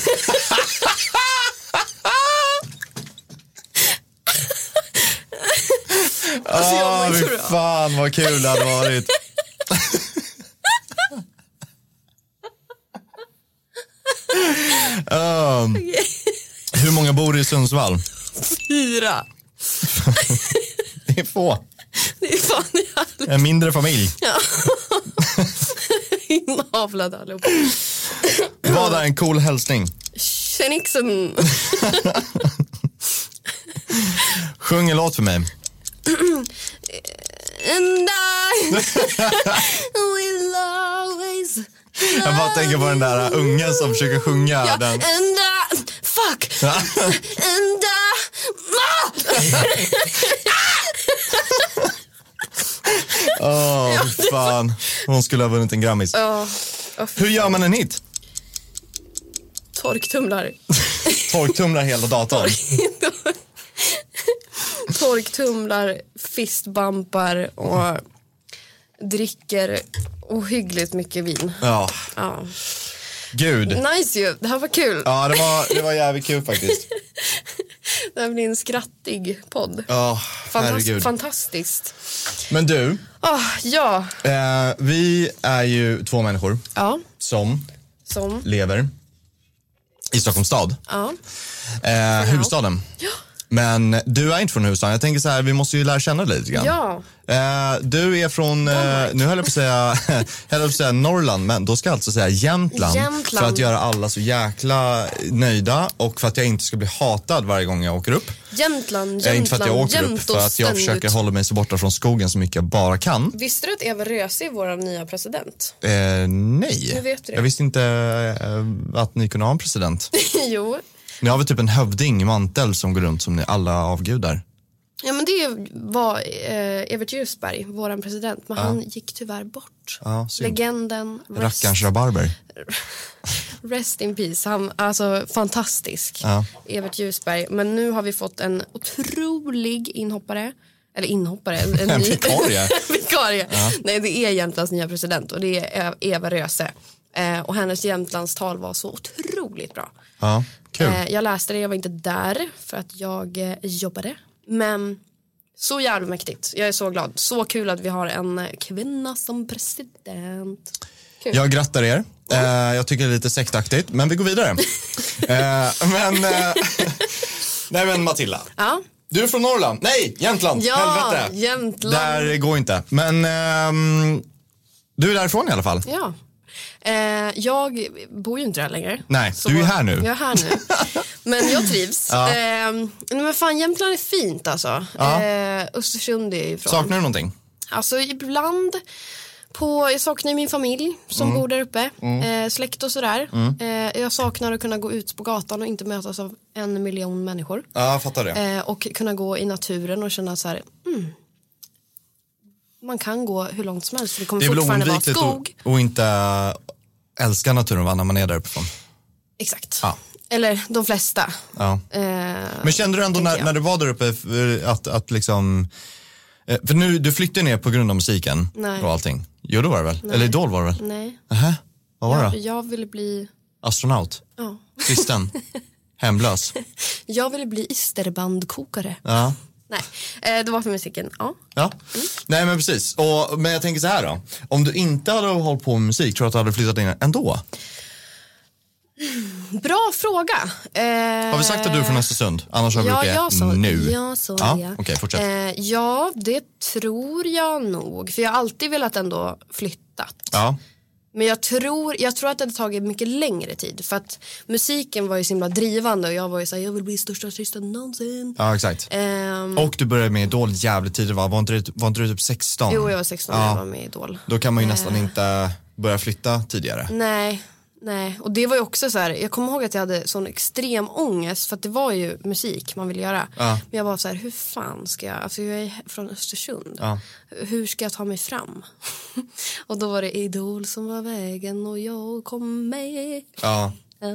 Fy fan vad kul det hade varit. Hur många bor i Sundsvall? 4. Det är få. Det är fan jävligt. En mindre familj. Ja. Inavlade allihop. Vad är en cool hälsning? Tjenixen. Sjung en låt för mig. And I will always. Jag bara tänker på den där ungen som försöker sjunga den. And I, fuck. And Fan. Hon skulle ha vunnit en Grammis. Hur gör man en hit? Torktumlar. Torktumlar hela datorn. Torktumlar, fistbumpar och dricker ohyggligt mycket vin. Ja. Gud. Nice ju, det här var kul. Ja, det var jävligt kul faktiskt. Det här blir en skrattig podd. Herregud. Fantastiskt. Men du. Ja. Vi är ju 2 människor som lever i Stockholms stad. Huvudstaden. Ja. Men du är inte från huvudstaden. Jag tänker så här, vi måste ju lära känna dig lite grann. Ja. Du är från, nu höll jag på att säga Norrland, men då ska jag alltså säga Jämtland. För att göra alla så jäkla nöjda och för att jag inte ska bli hatad varje gång jag åker upp. Jämtland, inte för att jag åker upp, för att jag försöker hålla mig så borta från skogen så mycket jag bara kan. Visste du att Eva Röse är vår nya president? Nej. Hur vet du det? Jag visste inte att ni kunde ha en president. Jo. Ni har väl typ en hövding i mantel som går runt som ni alla avgudar. Ja, men det var Evert Ljusberg, våran president. Men han gick tyvärr bort. Legenden. Rackarns rabarber. Rest in peace. Han, alltså fantastisk. Evert Ljusberg. Men nu har vi fått en otrolig inhoppare. Eller inhoppare. En vikarie. Vikarie. Nej, det är Jämtlands nya president. Och det är Eva Röse. Och hennes Jämtlandstal var så otroligt bra. Ja, kul. Jag läste det, jag var inte där för att jag jobbade. Men så jävla mäktigt. Jag är så glad. Så kul att vi har en kvinna som president. Jag grattar er. Jag tycker det är lite sektaktigt, men vi går vidare. Nej men Matilda. Ja. Du är från Norrland. Nej, Jämtland. Ja, helvete. Jämtland. Där går inte. Men du är därifrån i alla fall. Ja. Jag bor ju inte där längre. Nej, du är här nu. Jag är här nu. Men jag trivs. Ja. Men fan, Jämtland är fint alltså. Ja. Östersund är ifrån. Saknar du någonting? Alltså ibland jag saknar min familj som bor där uppe. Släkt och sådär. Jag saknar att kunna gå ut på gatan och inte mötas av 1 miljon människor. Ja, jag fattar det. Och kunna gå i naturen och känna så här. Man kan gå hur långt som helst. Det kommer fortfarande vara skog. Och inte älska naturen när man är där uppifrån. Exakt. Ja. Eller de flesta. Ja. Men kände du ändå när du var där uppe att liksom... För nu, du flyttade ner på grund av musiken. Nej. Och allting. Jo, det var det väl? Nej. Eller Idol var det väl? Nej. Vad var det? Jag ville bli... Astronaut? Ja. Kristen? Hemlös? Jag ville bli isterbandkokare. Ja. Nej, det var för musiken. Ja. Nej, men precis. Men jag tänker så här då. Om du inte hade hållit på med musik, tror du att du hade flyttat in ändå? Bra fråga. Har vi sagt att du är från Östersund? Annars har vi gjort det nu. Ja, så ja. Okej, fortsätt. Ja, det tror jag nog. För jag har alltid velat ändå flyttat. Ja. Men jag tror att det hade tagit mycket längre tid. För att musiken var ju så himla drivande. Och jag var ju såhär, jag vill bli största artisten någonsin. Ja, exakt. Och du började med Idol jävligt tidigt, va? Var inte du typ 16? Jo, jag var 16 när jag var med i Idol. Då kan man ju nästan inte börja flytta tidigare. Nej, och det var ju också så här, jag kommer ihåg att jag hade sån extrem ångest för att det var ju musik man ville göra. Ja. Men jag var så här, hur fan ska jag, alltså jag är från Östersund. Ja. Hur ska jag ta mig fram? Och då var det Idol som var vägen och jag kom med. Ja.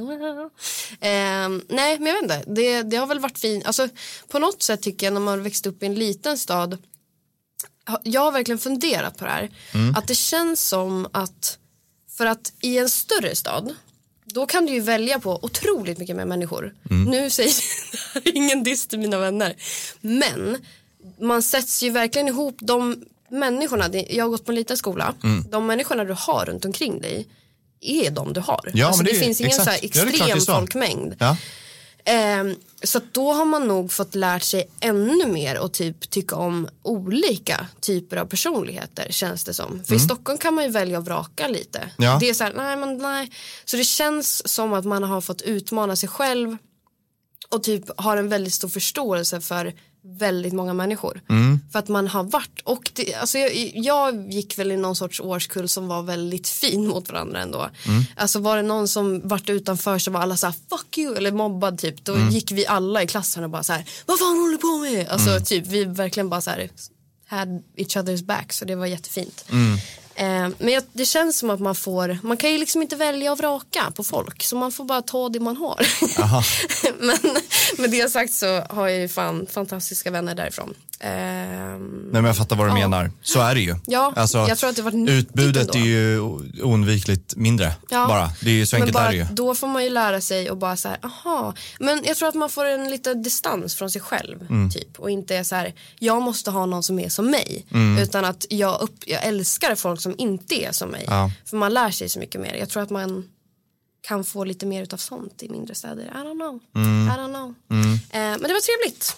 Nej, men jag vet inte, det har väl varit fint. Alltså på något sätt tycker jag när man växt upp i en liten stad, jag har verkligen funderat på det här. Att det känns som att för att i en större stad, då kan du ju välja på otroligt mycket mer människor. Nu säger jag ingen diss till mina vänner. Men man sätts ju verkligen ihop de människorna. Jag har gått på en liten skola. De människorna du har runt omkring dig är de du har. Ja, alltså, men det finns ingen så här extrem folkmängd. Ja. Så att då har man nog fått lärt sig ännu mer och typ tycka om olika typer av personligheter, känns det som. För i Stockholm kan man ju välja att vraka lite. Ja. Det är så här, nej. Så det känns som att man har fått utmana sig själv och typ har en väldigt stor förståelse för väldigt många människor. För att man har varit, och alltså jag gick väl i någon sorts årskull som var väldigt fin mot varandra ändå. Alltså var det någon som vart utanför så var alla så här, fuck you, eller mobbad typ. Då gick vi alla i klassen och bara så här, vad fan håller du på med? Alltså typ, vi verkligen bara så här had each other's back, så det var jättefint. Men det känns som att man kan ju liksom inte välja att vraka på folk, så man får bara ta det man har. Men med det sagt så har jag ju fantastiska vänner därifrån. Nej, men jag fattar vad du menar. Så är det ju. Ja, alltså, jag tror att det var utbudet är ju oundvikligt mindre. Ja. Bara. Det är ju så enkelt, är det ju. Då får man ju lära sig och bara så här, aha. Men jag tror att man får en liten distans från sig själv typ. Och inte är så här, jag måste ha någon som är som mig. Utan att jag älskar folk som inte är som mig. Ja. För man lär sig så mycket mer. Jag tror att man kan få lite mer utav sånt i mindre städer. I don't know. Men det var trevligt.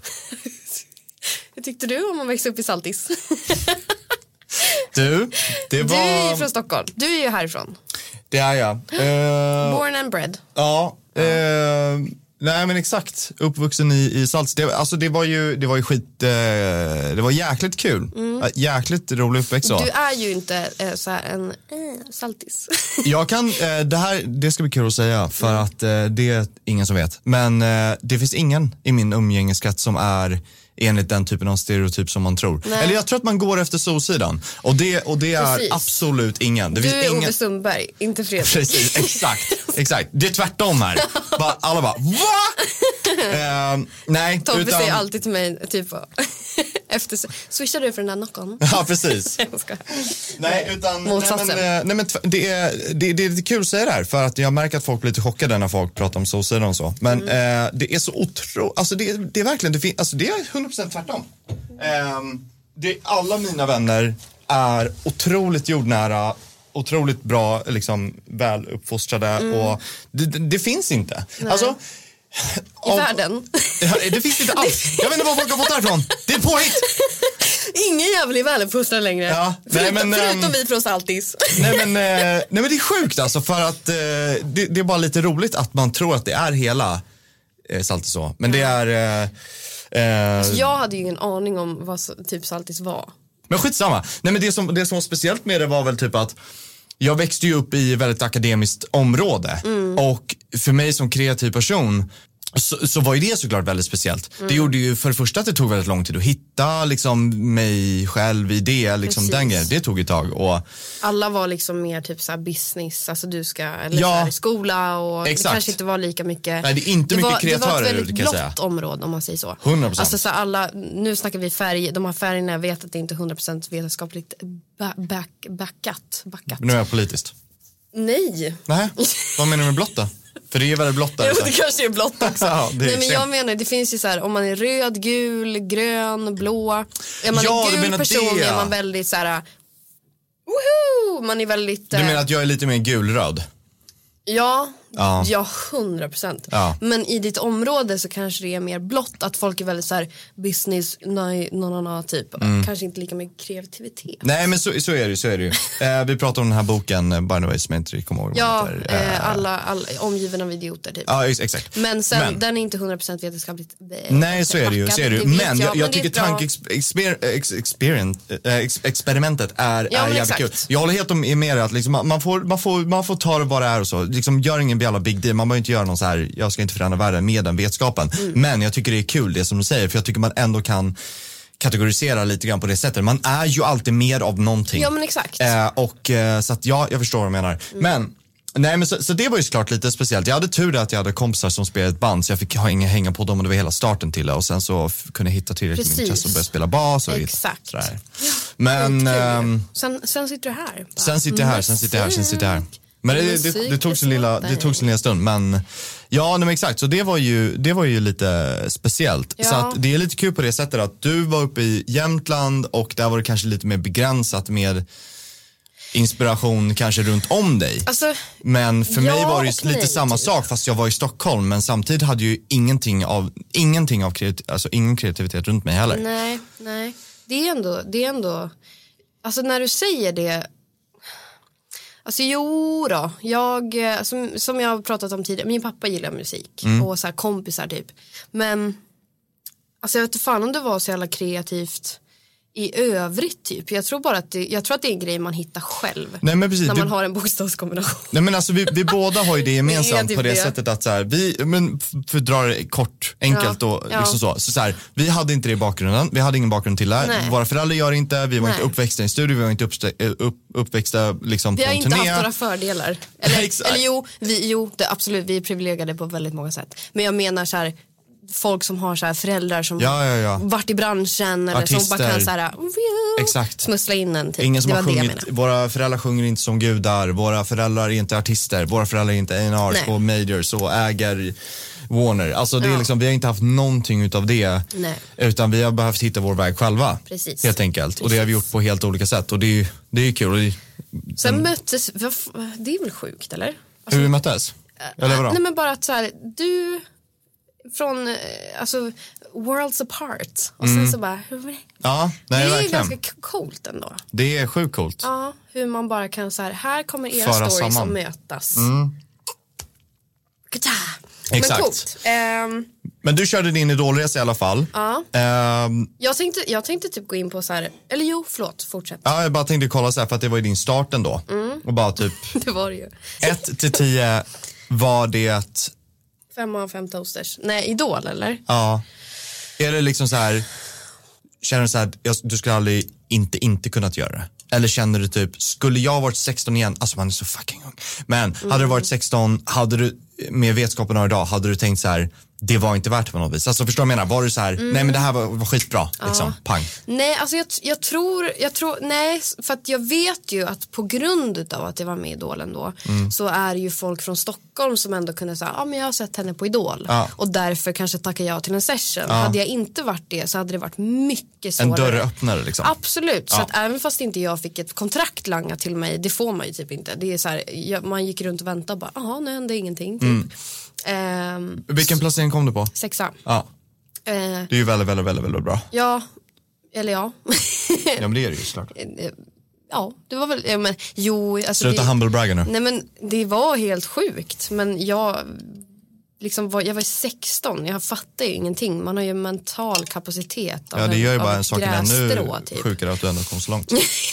Hur tyckte du om man växte upp i Saltis? Du är från Stockholm. Du är ju härifrån. Det är jag. Born and bred. Ja. Nej, men exakt. Uppvuxen i Saltis. Det var ju skit. Det var jäkligt kul. Jäkligt rolig uppväxt. Du är ju inte så här en Saltis. Jag kan, det ska bli kul att säga, för att det är ingen som vet. Men det finns ingen i min umgängeskrets som är enligt den typen av stereotyp som man tror. Nej. Eller jag tror att man går efter solsidan. Och det är absolut ingen. Det du är Ove Sundberg, inte Fredrik. Precis, exakt. Det är tvärtom här. Alla bara, va? Nej. Tobbe säger alltid till mig, typ, efter swishar du för den där knock-on? Ja, precis. Nej, utan det är lite kul att säga det här, för att jag märker att folk blir lite chockade när folk pratar om solsidan och så. Men det är så otroligt, alltså det är verkligen, det är 100% tvärtom. Alla mina vänner är otroligt jordnära otroligt bra, liksom väluppfostrade och det finns inte. Alltså, i världen. Det finns inte alls. Jag vet inte vad folk har fått därifrån. Det är påhitt. Ingen jävla väluppfostrad längre. Ja, förutom vi från Saltis. Nej men det är sjukt alltså, för att det är bara lite roligt att man tror att det är hela Saltis så. Men det är... Alltså, jag hade ju ingen aning om vad typ Saltis var. Men skitsamma. Nej, men det som var speciellt med det var väl typ att jag växte ju upp i väldigt akademiskt område. Och för mig som kreativ person så var ju det såklart väldigt speciellt. Det gjorde ju för det första att det tog väldigt lång tid att hitta liksom mig själv i det, liksom den grejen. Det tog ett tag. Och alla var liksom mer typ så här business, alltså du ska eller så här, skola och exakt. Det kanske inte var lika mycket. Nej, det är inte mycket kreatörer. Det var ett väldigt blått område om man säger så. 100%. Alltså så alla, nu snackar vi färg, de här färgerna, jag vet att det inte är 100% vetenskapligt backat. Nu är jag politiskt. Nej. Nej, vad menar du med blått då? För det är väldigt blått där. Jo, det kanske är blått också. Ja, nej, men jag menar, det finns ju så här, om man är röd, gul, grön, blå. Är man en gul person är man väldigt så här, woho! Man är väldigt... Du menar att jag är lite mer gulröd? Ja, 100%. Ja. Men i ditt område så kanske det är mer blått, att folk är väldigt så här business, typ. Kanske inte lika mycket kreativitet. Nej, men så är det ju. Vi pratar om den här boken, by the way, som jag inte kommer ihåg. Ja, alla omgivna av idioter typ. Ja, exakt. Men sen, den är inte 100% vetenskapligt. Nej, så är det ju. Men jag tycker tankeexperimentet är jävligt kul. Jag håller helt med att liksom, man får ta det vad det är och så. Liksom, gör ingen jävla big deal. Man behöver inte göra någon så här, jag ska inte förändra världen med den vetskapen. Men jag tycker det är kul det som du säger, för jag tycker man ändå kan kategorisera lite grann på det sättet. Man är ju alltid mer av någonting. Ja, men exakt. Så att jag förstår vad du menar. Men nej, men så det var ju såklart lite speciellt. Jag hade tur att jag hade kompisar som spelade ett band, så jag fick hänga på dem och det var hela starten till det. Och sen så kunde jag hitta tillräckligt med intresse och börja spela bas. Och exakt. Sådär. Men sen sitter du här. Sen sitter jag här. Men det tog sin lilla stund. Men ja, men exakt. Så det var ju lite speciellt. Ja. Så att det är lite kul på det sättet att du var uppe i Jämtland och där var det kanske lite mer begränsat med inspiration kanske runt om dig. Alltså, men för mig var det ju lite samma sak, fast jag var i Stockholm, men samtidigt hade ju ingen kreativitet runt mig heller. Nej. Det är ändå alltså när du säger det. Alltså som jag har pratat om tidigare, min pappa gillar musik och så här kompisar typ. Men alltså jag vet inte fan om det var så jävla kreativt i övrigt typ. Jag tror att det är en grej man hittar själv. Nej, men precis, när man har en bokstavskombination. Nej, men alltså vi båda har ju det gemensamt på det sättet att så här, för att dra det kort, enkelt och liksom så här, vi hade inte det i bakgrunden, vi hade ingen bakgrund till det. Nej. Våra föräldrar gör inte, vi var inte uppväxta i en studio, vi var inte uppväxta liksom på en turné. Vi har inte haft några fördelar. Absolut, vi är privilegierade på väldigt många sätt. Men jag menar så här, folk som har så här föräldrar som varit i branschen eller artister, som bara kan så här, smussla in en typ. Ingen som har sjungit, våra föräldrar sjunger inte som gudar, våra föräldrar är inte artister, våra föräldrar är inte A&R och majors och äger Warner. Alltså det är liksom, vi har inte haft någonting utav det. Nej. Utan vi har behövt hitta vår väg själva. Precis. Helt enkelt. Precis. Och det har vi gjort på helt olika sätt och det är kul. Sen möttes, det är väl sjukt eller? Alltså, hur vi möttes? Eller vadå? Nej, men bara att så här, du från alltså worlds apart och sen så bara det är verkligen ganska coolt ändå. Det är sjukt coolt. Ja, hur man bara kan så här kommer era föra stories samman. Som mötas. Exakt. Men coolt. Men du körde din idolresa i alla fall. Ja. Jag tänkte typ gå in på så här, eller fortsätt. Ja, jag bara tänkte kolla så här, för att det var ju din start ändå. Och bara typ det var det ju. 1-10 var det 5 av 5 toasters. Nej, idol eller? Ja. Är det liksom så här, känner du så här, du skulle aldrig inte kunnat göra det? Eller känner du typ, skulle jag varit 16 igen, alltså man är så fucking ung. Men hade du varit 16, hade du med vetskapen av idag, hade du tänkt så här, det var inte värt det på något vis. Alltså förstår du vad jag menar? Var du så här, nej men det här var skitbra, liksom, pang. Nej, alltså jag tror, nej, för att jag vet ju att på grund av att jag var med i Idolen då, så är det ju folk från Stockholm som ändå kunde säga, men jag har sett henne på Idol. Ja. Och därför kanske tackar jag till en session. Ja. Hade jag inte varit det så hade det varit mycket svårare. En dörröppnare liksom. Absolut, så att även fast inte jag fick ett kontrakt langa till mig, det får man ju typ inte. Det är så här, man gick runt och väntade och bara, jaha, nu hände ingenting typ. Vilken placering kom du på? 6. Ja. Det är ju väldigt, väldigt, väldigt, väldigt bra. Ja, eller ja. Ja, men det är det ju såklart. Ja, det var väl, ja, men jo. Alltså sluta humble bragga nu. Nej, men det var helt sjukt. Men jag var 16, jag fattar ju ingenting. Man har ju mental kapacitet av, ja, det gör ju bara en sak ännu typ. Sjukare att du ändå kom så långt.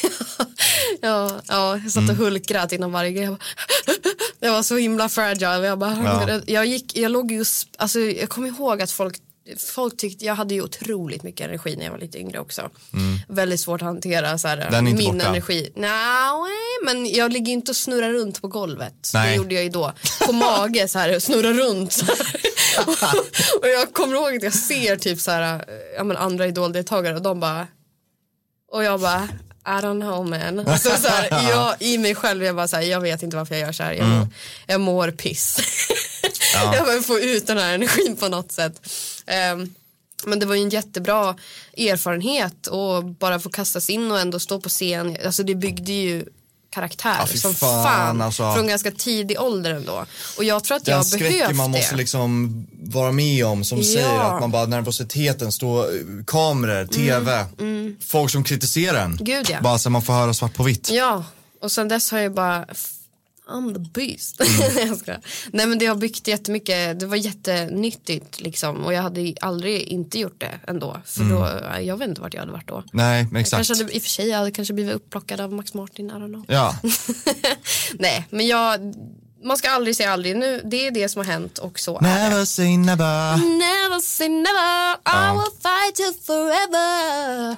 ja, jag satt och hulkgrät innan varje grej. Jag var så himla fragile. Jag låg just, alltså jag kommer ihåg att folk tyckte jag hade ju otroligt mycket energi när jag var lite yngre också. Väldigt svårt att hantera så här, min borta. Energi. Nej, men jag ligger inte och snurrar runt på golvet. Nej. Det gjorde jag ju då. På mage så här, snurra runt så här. Och jag kommer ihåg att jag ser typ så här, andra idoldeltagare och de bara, och jag bara, I don't know man. Alltså, så här, jag i mig själv jag bara så här, jag vet inte varför jag gör så här. Jag mår piss. Ja. Jag vill få ut den här energin på något sätt. Men det var ju en jättebra erfarenhet och bara få kastas in och ändå stå på scen. Alltså det byggde ju karaktär som fan alltså. Från ganska tidig ålder ändå. Och jag tror att jag behövde man måste liksom vara med om som säger att man bara nervositeten står kameror, tv, folk som kritiserar en. Gud, ja. Bara så man får höra svart på vitt. Ja, och sen dess har jag bara I'm the beast. Nej, men det har byggt jättemycket. Det var jättenyttigt liksom. Och jag hade aldrig inte gjort det ändå. För då, jag vet inte vart jag hade varit då. Nej, men exakt. Jag kanske i och för sig jag hade kanske blivit upplockad av Max Martin, I don't know. Ja. Nej, men man ska aldrig säga aldrig. Nu, det är det som har hänt och så never say never. Never say never. I will fight you forever.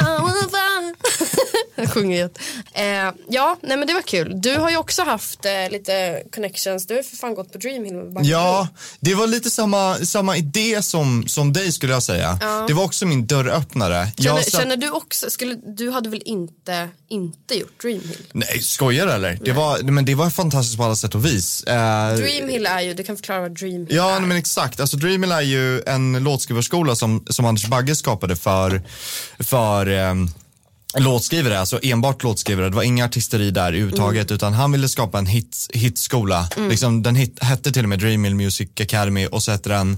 Jag sjunger ju. Ja, nej men det var kul. Du har ju också haft lite connections. Du har för fan gått på Dreamhill. Ja, det var lite samma idé som dig skulle jag säga. Ja. Det var också min dörröppnare. Känner du också, du hade väl inte gjort Dreamhill? Nej, skojar eller? Det var fantastiskt på alla sätt och vis. Dreamhill är ju, du kan förklara vad Dreamhill är. Ja, men exakt. Alltså Dreamhill är ju en låtskrivarskola som Anders Bagge skapade för låtskrivare, alltså enbart låtskrivare. Det var inga artisteri där överhuvudtaget, utan han ville skapa en hitskola. Liksom, den hette till och med Dreamhill Music Academy och så hette den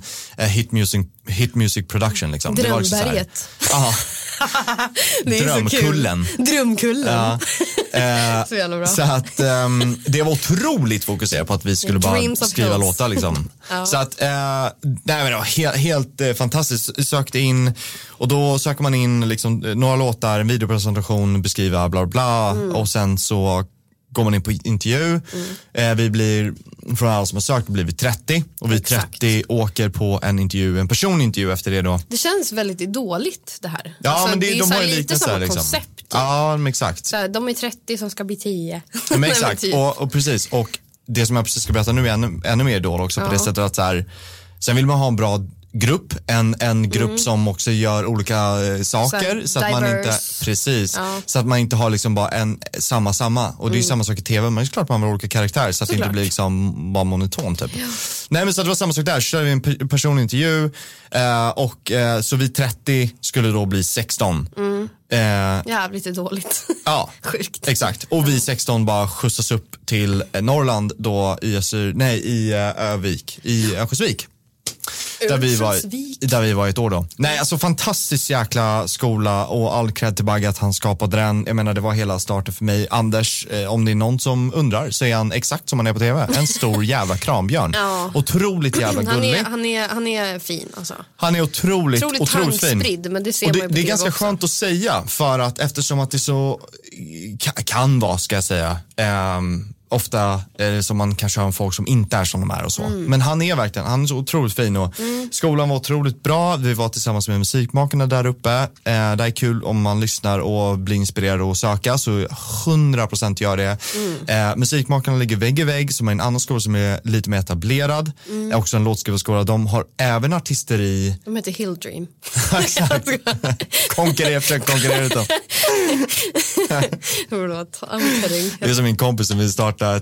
Hit Music Production. Liksom. Drömberget. Det är Drömkullen. Drömkullen. Ja. Så jävla bra. Så att det var otroligt fokuserat på att vi skulle bara skriva låtar liksom. Ja. Så att nej, men det var helt fantastiskt. Sökte in och då söker man in liksom några låtar, en videopresentation, beskriva bla bla och sen så går man in på intervju. Vi blir, från alla som har sökt, blir vi 30 och vi 30 åker på en personintervju efter det då. Det känns väldigt dåligt det här. Ja, alltså, men de har ju lite samma liksom koncept. Typ. Ja, men exakt. Så här, de är 30 som ska bli 10. Men exakt, och precis. Och det som jag precis ska berätta nu är ännu mer då också på det sättet att så här, sen vill man ha en bra grupp, en grupp som också gör olika saker så att man inte så att man inte har liksom bara en samma och det är ju samma sak i tv, men det är klart man har olika karaktärer så att det inte blir liksom bara monoton typ. Nej, men så att det var samma sak där, så körde vi en personintervju och så vi 30 skulle då bli 16. Jävligt dåligt. Ja, sjukt. Exakt. Och vi 16 bara skjutsas upp till Norrland då i Övik, i Örnsköldsvik. Där vi var ett år då. Nej, alltså fantastisk jäkla skola och all cred till Bagge att han skapade den. Jag menar, det var hela starten för mig. Anders, om det är någon som undrar så är han exakt som han är på tv. En stor jävla krambjörn. Ja. Otroligt jävla gullig. Han är fin alltså. Han är otroligt fin. Men det ser och man ju på det är ganska också. Skönt att säga för att eftersom att det så kan vara, ska jag säga, ofta som man kanske har folk som inte är som de är och så. Men han är så otroligt fin och skolan var otroligt bra. Vi var tillsammans med musikmakarna där uppe. Det är kul om man lyssnar och blir inspirerad och söka, så 100% gör det. Musikmakarna ligger vägg i vägg, som är en annan skola som är lite mer etablerad. Också en låtskrivarskola. De har även artister i... De heter Hill Dream. Exakt. Försök konkurrera ut dem. Det är som min kompis som vill starta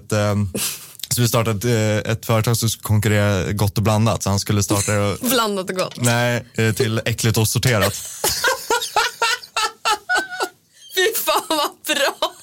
ett företag som skulle konkurrera gott och blandat, så han skulle starta blandat och gott. Nej, till äckligt och sorterat. Fy fan vad bra.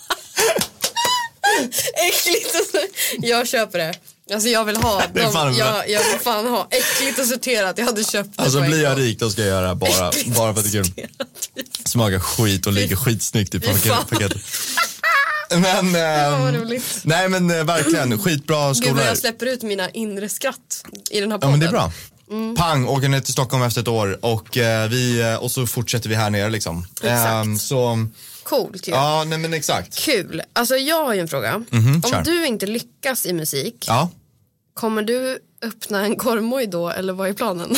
Äckligt och sorterat. Jag köper det. Alltså jag vill ha dem. Jag vill fan ha äckligt och sorterat. Jag hade köpt det. Alltså blir jag rik, då ska jag göra bara för att det är kul. Smakar skit och ligger skitsnyggt i paketet. Men nej, men verkligen skitbra skola. Gud, jag släpper ut mina inre skratt i den här podden. Ja, men det är bra. Pang, åker ner till Stockholm efter ett år och så fortsätter vi här nere liksom. Exakt. Så coolt ju. Ja, nej men exakt. Kul. Alltså jag har ju en fråga. Om du inte lyckas i musik, kommer du öppna en korvmoj då, eller vad är planen?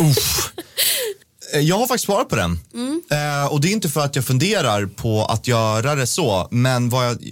Jag har faktiskt svarat på den. Och det är inte för att jag funderar på att göra det så, men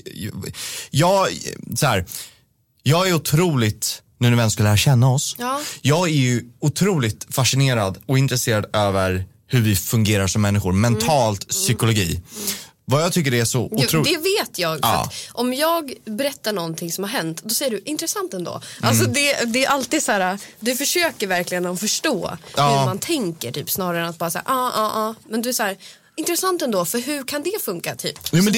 jag är otroligt, nu när vi ska lära känna oss, jag är ju otroligt fascinerad och intresserad över hur vi fungerar som människor, mentalt, psykologi. Vad jag tycker det är så otroligt... Det vet jag. För att om jag berättar någonting som har hänt, då säger du, intressant ändå. Alltså det är alltid så här, du försöker verkligen att förstå hur man tänker, typ, snarare än att bara säga men du är så här, intressant ändå, för hur kan det funka typ? Jo, men det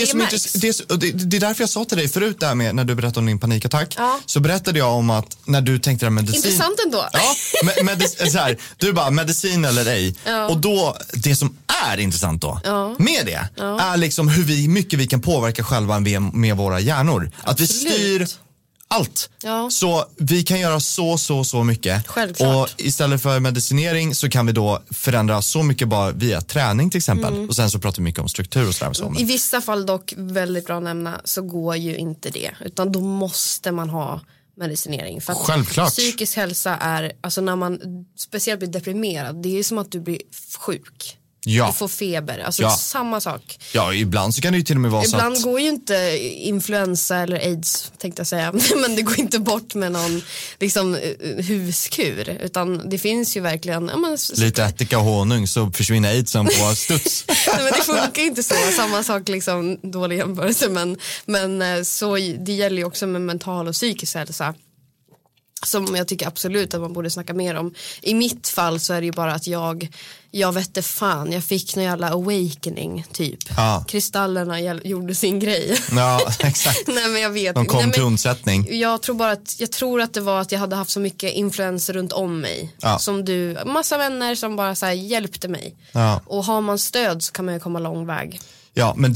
är därför jag sa till dig förut där med, när du berättade om din panikattack, så berättade jag om att när du tänkte medicin. Intressant ändå. Ja, så här, du bara medicin eller ej. Och då, det som är intressant då med det är liksom hur mycket vi kan påverka själva med våra hjärnor. Att vi styr allt. Så vi kan göra så mycket. Självklart. Och istället för medicinering så kan vi då förändra så mycket bara via träning till exempel. Och sen så pratar vi mycket om struktur och sådär. I vissa fall dock, väldigt bra att nämna, så går ju inte det. Utan då måste man ha medicinering. För att självklart. Psykisk hälsa är, alltså när man speciellt blir deprimerad, det är som att du blir sjuk. Du får feber, alltså samma sak. Ja, ibland så kan det ju till och med vara så att... Ibland går ju inte influensa eller aids, tänkte jag säga. Men det går inte bort med någon liksom huskur. Utan det finns ju verkligen... lite ättika och honung så försvinner aidsen på studs. Nej, men det funkar inte så. Samma sak, liksom, dålig jämförelse. Men så, det gäller ju också med mental och psykisk hälsa. Som jag tycker absolut att man borde snacka mer om. I mitt fall så är det ju bara att jag vet inte fan, jag fick någon jävla awakening typ. Kristallerna gjorde sin grej. Ja, exakt. Nej, men jag vet. De kom till undsättning. Jag tror att det var att jag hade haft så mycket influenser runt om mig. Som du, massa vänner som bara så här hjälpte mig. Och har man stöd så kan man ju komma lång väg. Ja, men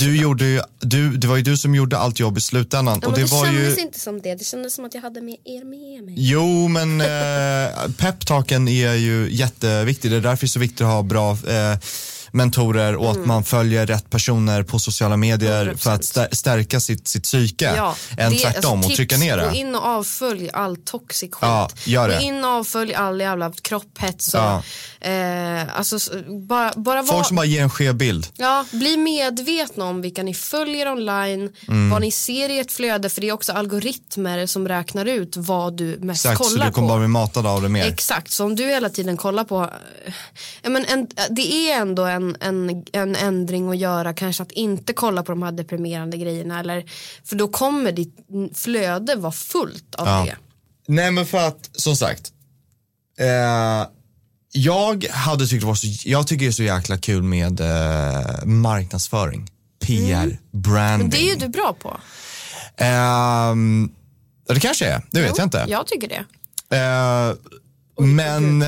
det var ju du som gjorde allt jobb i slutändan. Ja, och det kändes inte som det. Det kändes som att jag hade med mig. Jo, men peptalken är ju jätteviktig. Det är därför det är så viktigt att ha bra mentorer och att man följer rätt personer på sociala medier 100%. För att stärka sitt psyke än tvärtom och trycka ner det. Gå in och avfölj all toxic skit. Gör det. Gå in och avfölj all jävla kropphets och, alltså, bara folk som bara ger en skev bild. Ja, bli medvetna om vilka ni följer online, vad ni ser i ett flöde, för det är också algoritmer som räknar ut vad du mest kollar på. Så du kommer bara bli matad av det mer. Exakt, så om du hela tiden kollar på det är ändå en ändring att göra, kanske att inte kolla på de här deprimerande grejerna, eller, för då kommer ditt flöde vara fullt av det. Nej, men för att, som sagt, jag tycker det är så jäkla kul med marknadsföring, PR, branding. Men det är ju du bra på. Det kanske är, det vet jag inte. Jag tycker det. Men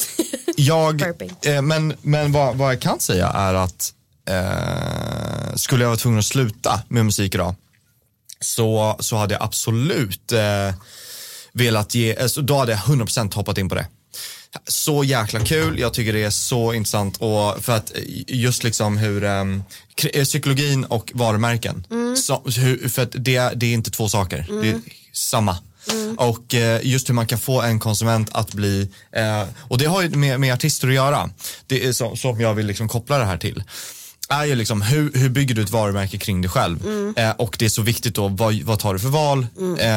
men vad jag kan säga är att skulle jag vara tvungen att sluta med musik idag, så hade jag absolut velat då hade jag 100% hoppat in på det. Så jäkla kul, jag tycker det är så intressant, och för att just liksom hur psykologin och varumärken, för att det är inte två saker. Det är samma. Och just hur man kan få en konsument att bli, och det har ju med artister att göra. Det är som jag vill liksom koppla det här till. Är ju liksom, hur bygger du ett varumärke kring dig själv? Och det är så viktigt då, vad tar du för val?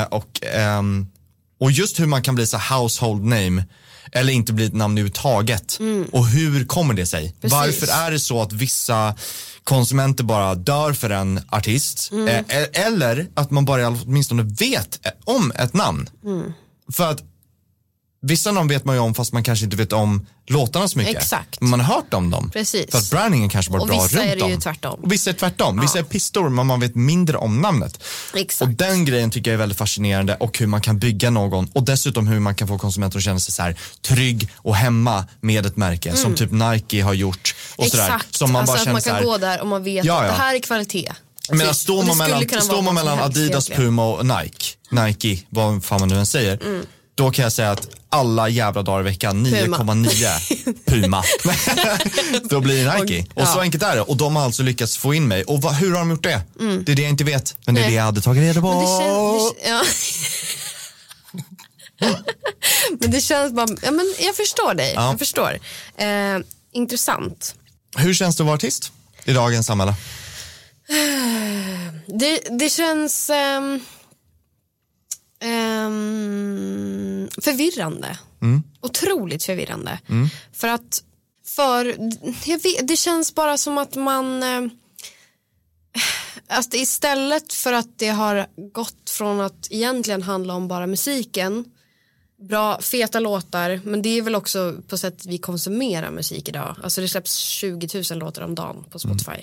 Och just hur man kan bli så household name eller inte bli ett namn överhuvudtaget. Och hur kommer det sig? Precis. Varför är det så att vissa konsumenter bara dör för en artist? Eller att man bara åtminstone vet om ett namn. För att vissa namn vet man ju om fast man kanske inte vet om låtarna så mycket. Exakt. Men man har hört om dem. Precis. För att brandingen kanske var bra runt dem. Och vissa är det ju tvärtom. Och vissa är tvärtom. Vissa är pistor men man vet mindre om namnet. Exakt. Och den grejen tycker jag är väldigt fascinerande och hur man kan bygga någon och dessutom hur man kan få konsumenter att känna sig så här trygg och hemma med ett märke som typ Nike har gjort och Exakt. sådär. Som man bara att känner man kan så här, gå där och man vet att det här är kvalitet. men står man mellan Adidas, Puma och Nike, vad fan man nu än säger, då kan jag säga att alla jävla dagar i veckan 9,9 Puma. Då blir det Nike. Och så enkelt är det. Och de har alltså lyckats få in mig. Och hur har de gjort det? Det är det jag inte vet. Men det är det jag hade tagit reda på. Men det känns bara, men jag förstår dig. Jag förstår. Intressant. Hur känns det att vara artist i dagens samhälle? Det känns förvirrande. Otroligt förvirrande. För att det känns bara som att man alltså istället för att det har gått från att egentligen handla om bara musiken, bra, feta låtar, men det är väl också på sätt vi konsumerar musik idag. Alltså det släpps 20 000 låtar om dagen på Spotify.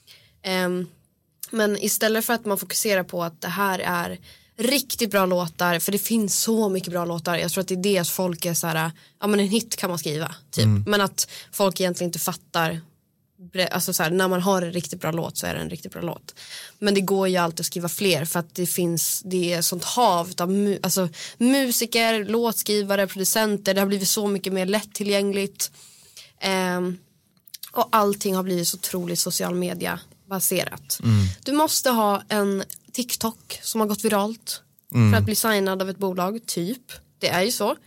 Men istället för att man fokuserar på att det här är riktigt bra låtar, för det finns så mycket bra låtar. Jag tror att det är det att folk är så här, ja men en hit kan man skriva typ. Men att folk egentligen inte fattar, alltså så här, när man har en riktigt bra låt så är det en riktigt bra låt. Men det går ju alltid att skriva fler för att det är sånt hav av alltså musiker, låtskrivare, producenter. Det har blivit så mycket mer lättillgängligt. Och allting har blivit så otroligt social media baserat. Du måste ha en TikTok som har gått viralt för att bli signad av ett bolag, typ. Det är ju så.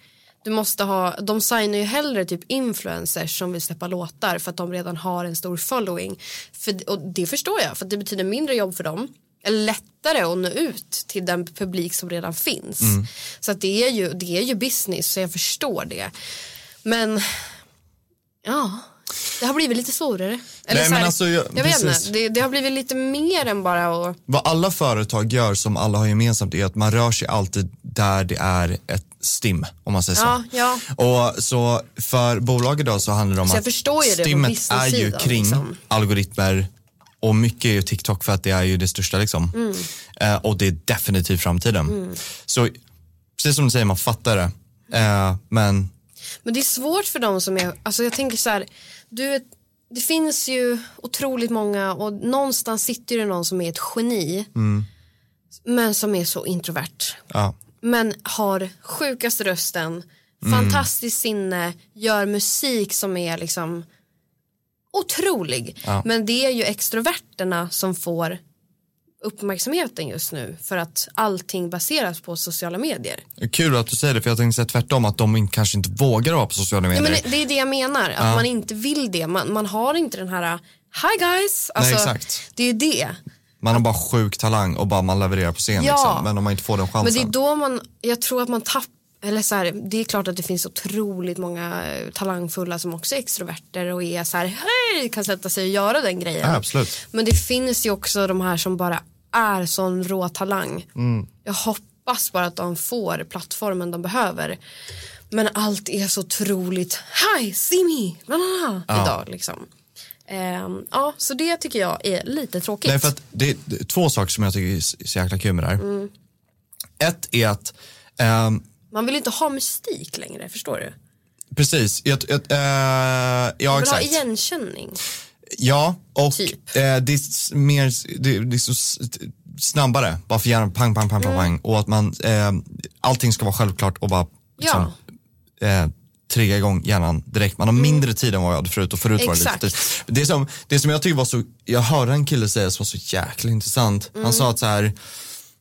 De signar ju hellre typ influencers som vill släppa låtar för att de redan har en stor following. Och det förstår jag, för att det betyder mindre jobb för dem. Eller lättare att nå ut till den publik som redan finns. Så att det är ju business, så jag förstår det. Men ja, det har blivit lite svårare. Eller nej, men alltså, jag vet inte, det har blivit lite mer än bara vad alla företag gör som alla har gemensamt är att man rör sig alltid där det är ett stim, om man säger så. Ja. Och så för bolag idag så handlar det om att stimmet är ju kring liksom algoritmer och mycket är ju TikTok för att det är ju det största liksom. Och det är definitivt framtiden. Så precis som du säger, man fattar det. Men det är svårt för dem som är, alltså jag tänker så här, det finns ju otroligt många och någonstans sitter det någon som är ett geni men som är så introvert. Men har sjukaste rösten, fantastiskt sinne, gör musik som är liksom otrolig. Men det är ju extroverterna som får uppmärksamheten just nu för att allting baseras på sociala medier. Kul att du säger det, för jag tänkte säga tvärtom, att de kanske inte vågar vara på sociala medier. Ja, men det är det jag menar, att man inte vill det. Man har inte den här hi guys. Alltså, nej, exakt. Det är ju det. Man har bara sjuk talang och bara man levererar på scen liksom. Men om man inte får den chansen. Men det är då jag tror att man eller så här, det är klart att det finns otroligt många talangfulla som också är extroverter och är så här, hej, kan sätta sig och göra den grejen. Ja, absolut. Men det finns ju också de här som bara är sån rå talang. Jag hoppas bara att de får plattformen de behöver. Men allt är så otroligt, hi, see me, idag liksom. Så det tycker jag är lite tråkigt. Nej, för att det är två saker som jag tycker är så jäkla kul med det här. Ett är att man vill inte ha mystik längre, förstår du? precis. Ja, man vill exakt. ha igenkänning. Ja, och typ. det är mer, det är så snabbare. Bara för gärna pang. Och att man, allting ska vara självklart och bara liksom, trigga igång hjärnan direkt. Man har mindre tid än vad jag hade förut. Och förut var det lite. Det som jag tycker var så, jag hörde en kille säga som var så jäkla intressant. Han sa att så här,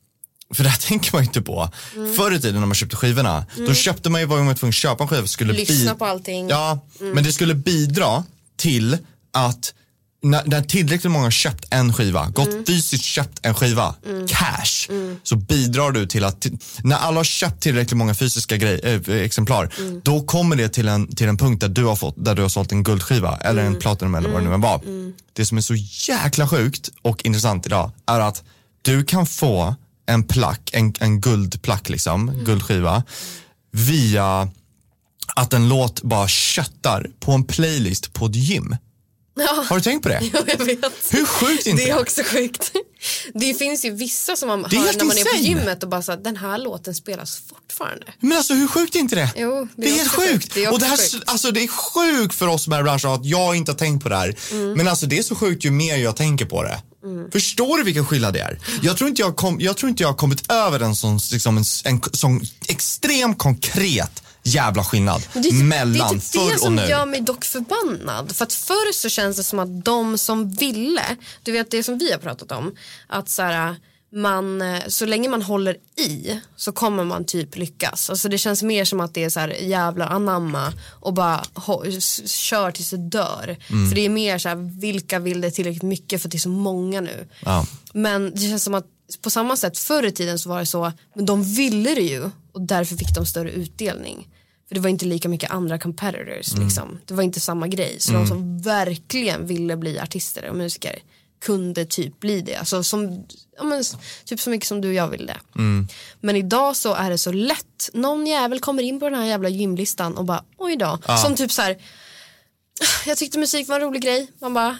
för det här tänker man ju inte på. Förr i tiden när man köpte skivorna, då köpte man ju varje gång man tvungen köpa en skiva. Lyssna på allting. Ja, men det skulle bidra till att när tillräckligt många köpt en skiva, gått fysiskt köpt en skiva, cash, så bidrar du till att när alla har köpt tillräckligt många fysiska exemplar, då kommer det till en punkt där du har sålt en guldskiva eller en platinum eller vad det nu än var. Det som är så jäkla sjukt och intressant idag är att du kan få en plack, en guldplack liksom, guldskiva, via att en låt bara köttar på en playlist på ett gym. Ja. Har du tänkt på det? Ja, jag vet. Hur sjukt inte? Det är också sjukt. Det finns ju vissa som man hör när man är på gymmet och bara så att den här låten spelas fortfarande. Men alltså hur sjukt är inte det? Jo, det är helt sjukt. Och det här, alltså det är sjukt för oss med branschen att jag inte har tänkt på det här. Men alltså det är så sjukt ju mer jag tänker på det. Förstår du vilken skillnad det är? Jag tror inte jag har kommit över en sån extrem konkret jävla skillnad mellan förr och nu. Det är det som gör mig dock förbannad. För att förr så känns det som att de som ville, du vet det som vi har pratat om, att så här, så länge man håller i så kommer man typ lyckas. Alltså det känns mer som att det är så här jävla anamma och bara kör tills det dör. För det är mer så här, vilka vill det tillräckligt mycket för att det är så många nu. Ja. Men det känns som att på samma sätt förr i tiden så var det så, men de ville det ju och därför fick de större utdelning. För det var inte lika mycket andra competitors liksom. Det var inte samma grej. Så de som verkligen ville bli artister och musiker kunde typ bli det. Alltså typ så mycket som du och jag vill det. Men idag så är det så lätt. Någon jävel kommer in på den här jävla gymlistan och bara, oj då. Ja. Som typ så här, jag tyckte musik var en rolig grej. Man bara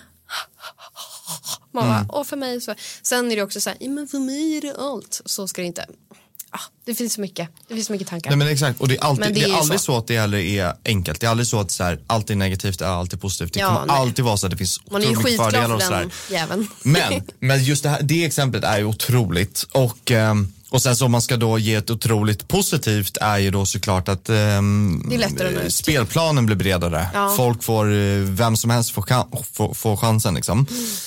och för mig så. Sen är det också så här, men för mig är det allt. Så ska det inte. Det finns så mycket. Det finns så mycket tankar. Nej, men exakt. Och det är aldrig så att det är enkelt. Det är aldrig så att så här, allt är negativt är alltid positivt. Det kommer alltid vara så att det finns otroligt mycket fördelar och sådär. Men just det exemplet är ju otroligt. Och sen så om man ska då ge ett otroligt positivt är ju då såklart att spelplanen blir bredare. Ja. Folk får, vem som helst får chansen liksom.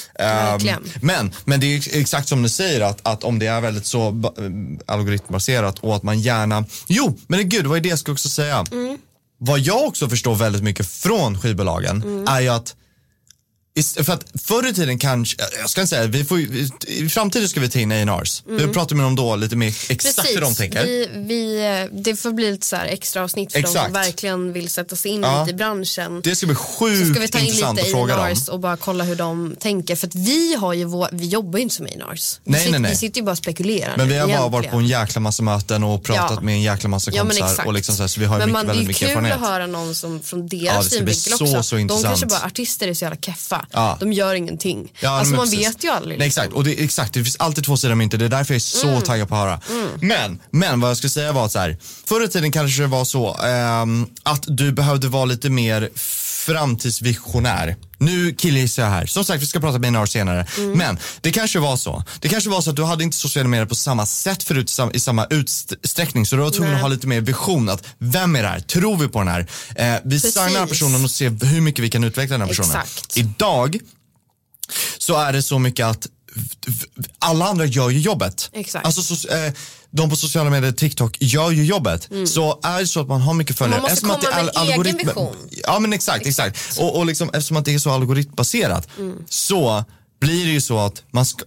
Men det är exakt som du säger att om det är väldigt så algoritmbaserat och att man gärna, men gud, vad är det jag ska också säga? Vad jag också förstår väldigt mycket från skivbolagen är ju att för att förr i tiden kanske, jag ska inte säga, i framtiden ska vi ta in A&Rs. Vi pratar med dem då lite mer exakt hur de tänker. Det får bli lite så här extra avsnitt för de som verkligen vill sätta sig in lite i branschen. Det ska bli sjukt intressant att fråga dem. Och bara kolla hur de tänker. För att vi jobbar ju inte som A&Rs. Vi sitter ju bara och spekulerar. Men vi har bara varit på en jäkla massa möten och pratat med en jäkla massa kompisar. Och liksom så vi har mycket, väldigt mycket erfarenhet. Men det är kul att höra någon som från deras synvinkel också. Så intressant. De kanske bara, artister är så jävla keffa. De gör ingenting. Alltså man vet ju aldrig. Nej, exakt. Och det finns alltid två sidor av myntet. Det är därför jag är så taggad på att höra. Men vad jag skulle säga var att så här, förr i tiden kanske det var så att du behövde vara lite mer framtidsvisionär. Nu killgissar jag här. Som sagt, vi ska prata med några år senare. Men det kanske var så. Det kanske var så att du hade inte sociala medier på samma sätt förut i samma utsträckning. Så du var tvungen att ha lite mer vision. Att vem är det här? Tror vi på den här? Vi signar den här personen och ser hur mycket vi kan utveckla den här personen. Exakt. Idag så är det så mycket att alla andra gör ju jobbet. Exakt. Alltså de på sociala medier, TikTok, gör ju jobbet. Så är det så att man har mycket följare. Man måste komma med egen vision. Ja, men exakt. Och liksom, eftersom att det är så algoritmbaserat så blir det ju så att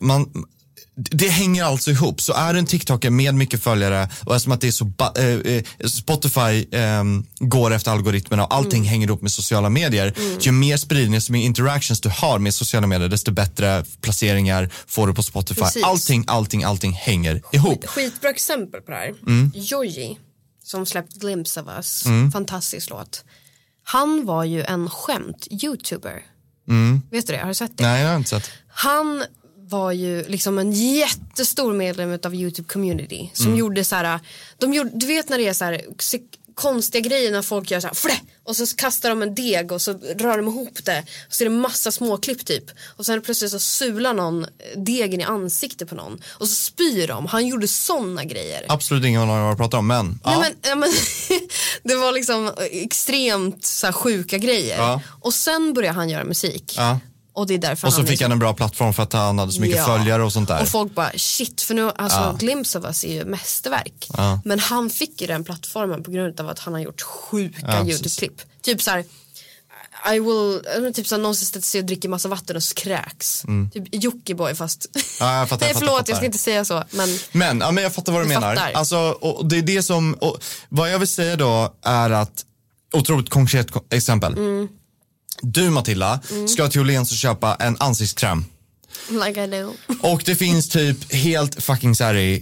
det hänger alltså ihop. Så är det en TikToker med mycket följare och eftersom att det är så Spotify går efter algoritmerna och allting hänger ihop med sociala medier. Ju mer spridning, desto mer interactions du har med sociala medier, desto bättre placeringar får du på Spotify. Precis. Allting hänger ihop. Skitbra exempel på det här. Joji, som släppt Glimpse of Us. Fantastisk låt. Han var ju en skämt-youtuber. Vet du det? Har du sett det? Nej, jag har inte sett. Han var ju liksom en jättestor medlem av YouTube community som gjorde så här, du vet när det är så här konstiga grejer när folk gör så här och så kastar de en deg och så rör de ihop det och så är det massa småklipp typ och sen plötsligt så sular någon degen i ansiktet på någon och så spyr de. Han gjorde såna grejer. Absolut ingen av vad jag pratar om, men men det var liksom extremt så här sjuka grejer. Och sen började han göra musik. Och det är därför och så fick han en bra plattform för att han hade så mycket följare och sånt där. Och folk bara, shit, för nu, alltså Glimpse of Us är ju mästerverk. Men han fick ju den plattformen på grund av att han har gjort sjuka YouTube-klipp. Typ så här, typ så här, någon som sätter sig och dricker massa vatten och kräks. Typ Jockiboi fast. Jag fattar, förlåt, jag ska inte säga så. Men jag fattar vad du menar. Alltså, och det är det som, och vad jag vill säga då är att, otroligt konkret exempel. Du, Matilda, ska till Åhléns och köpa en ansiktskräm. Like I do. Och det finns typ helt fucking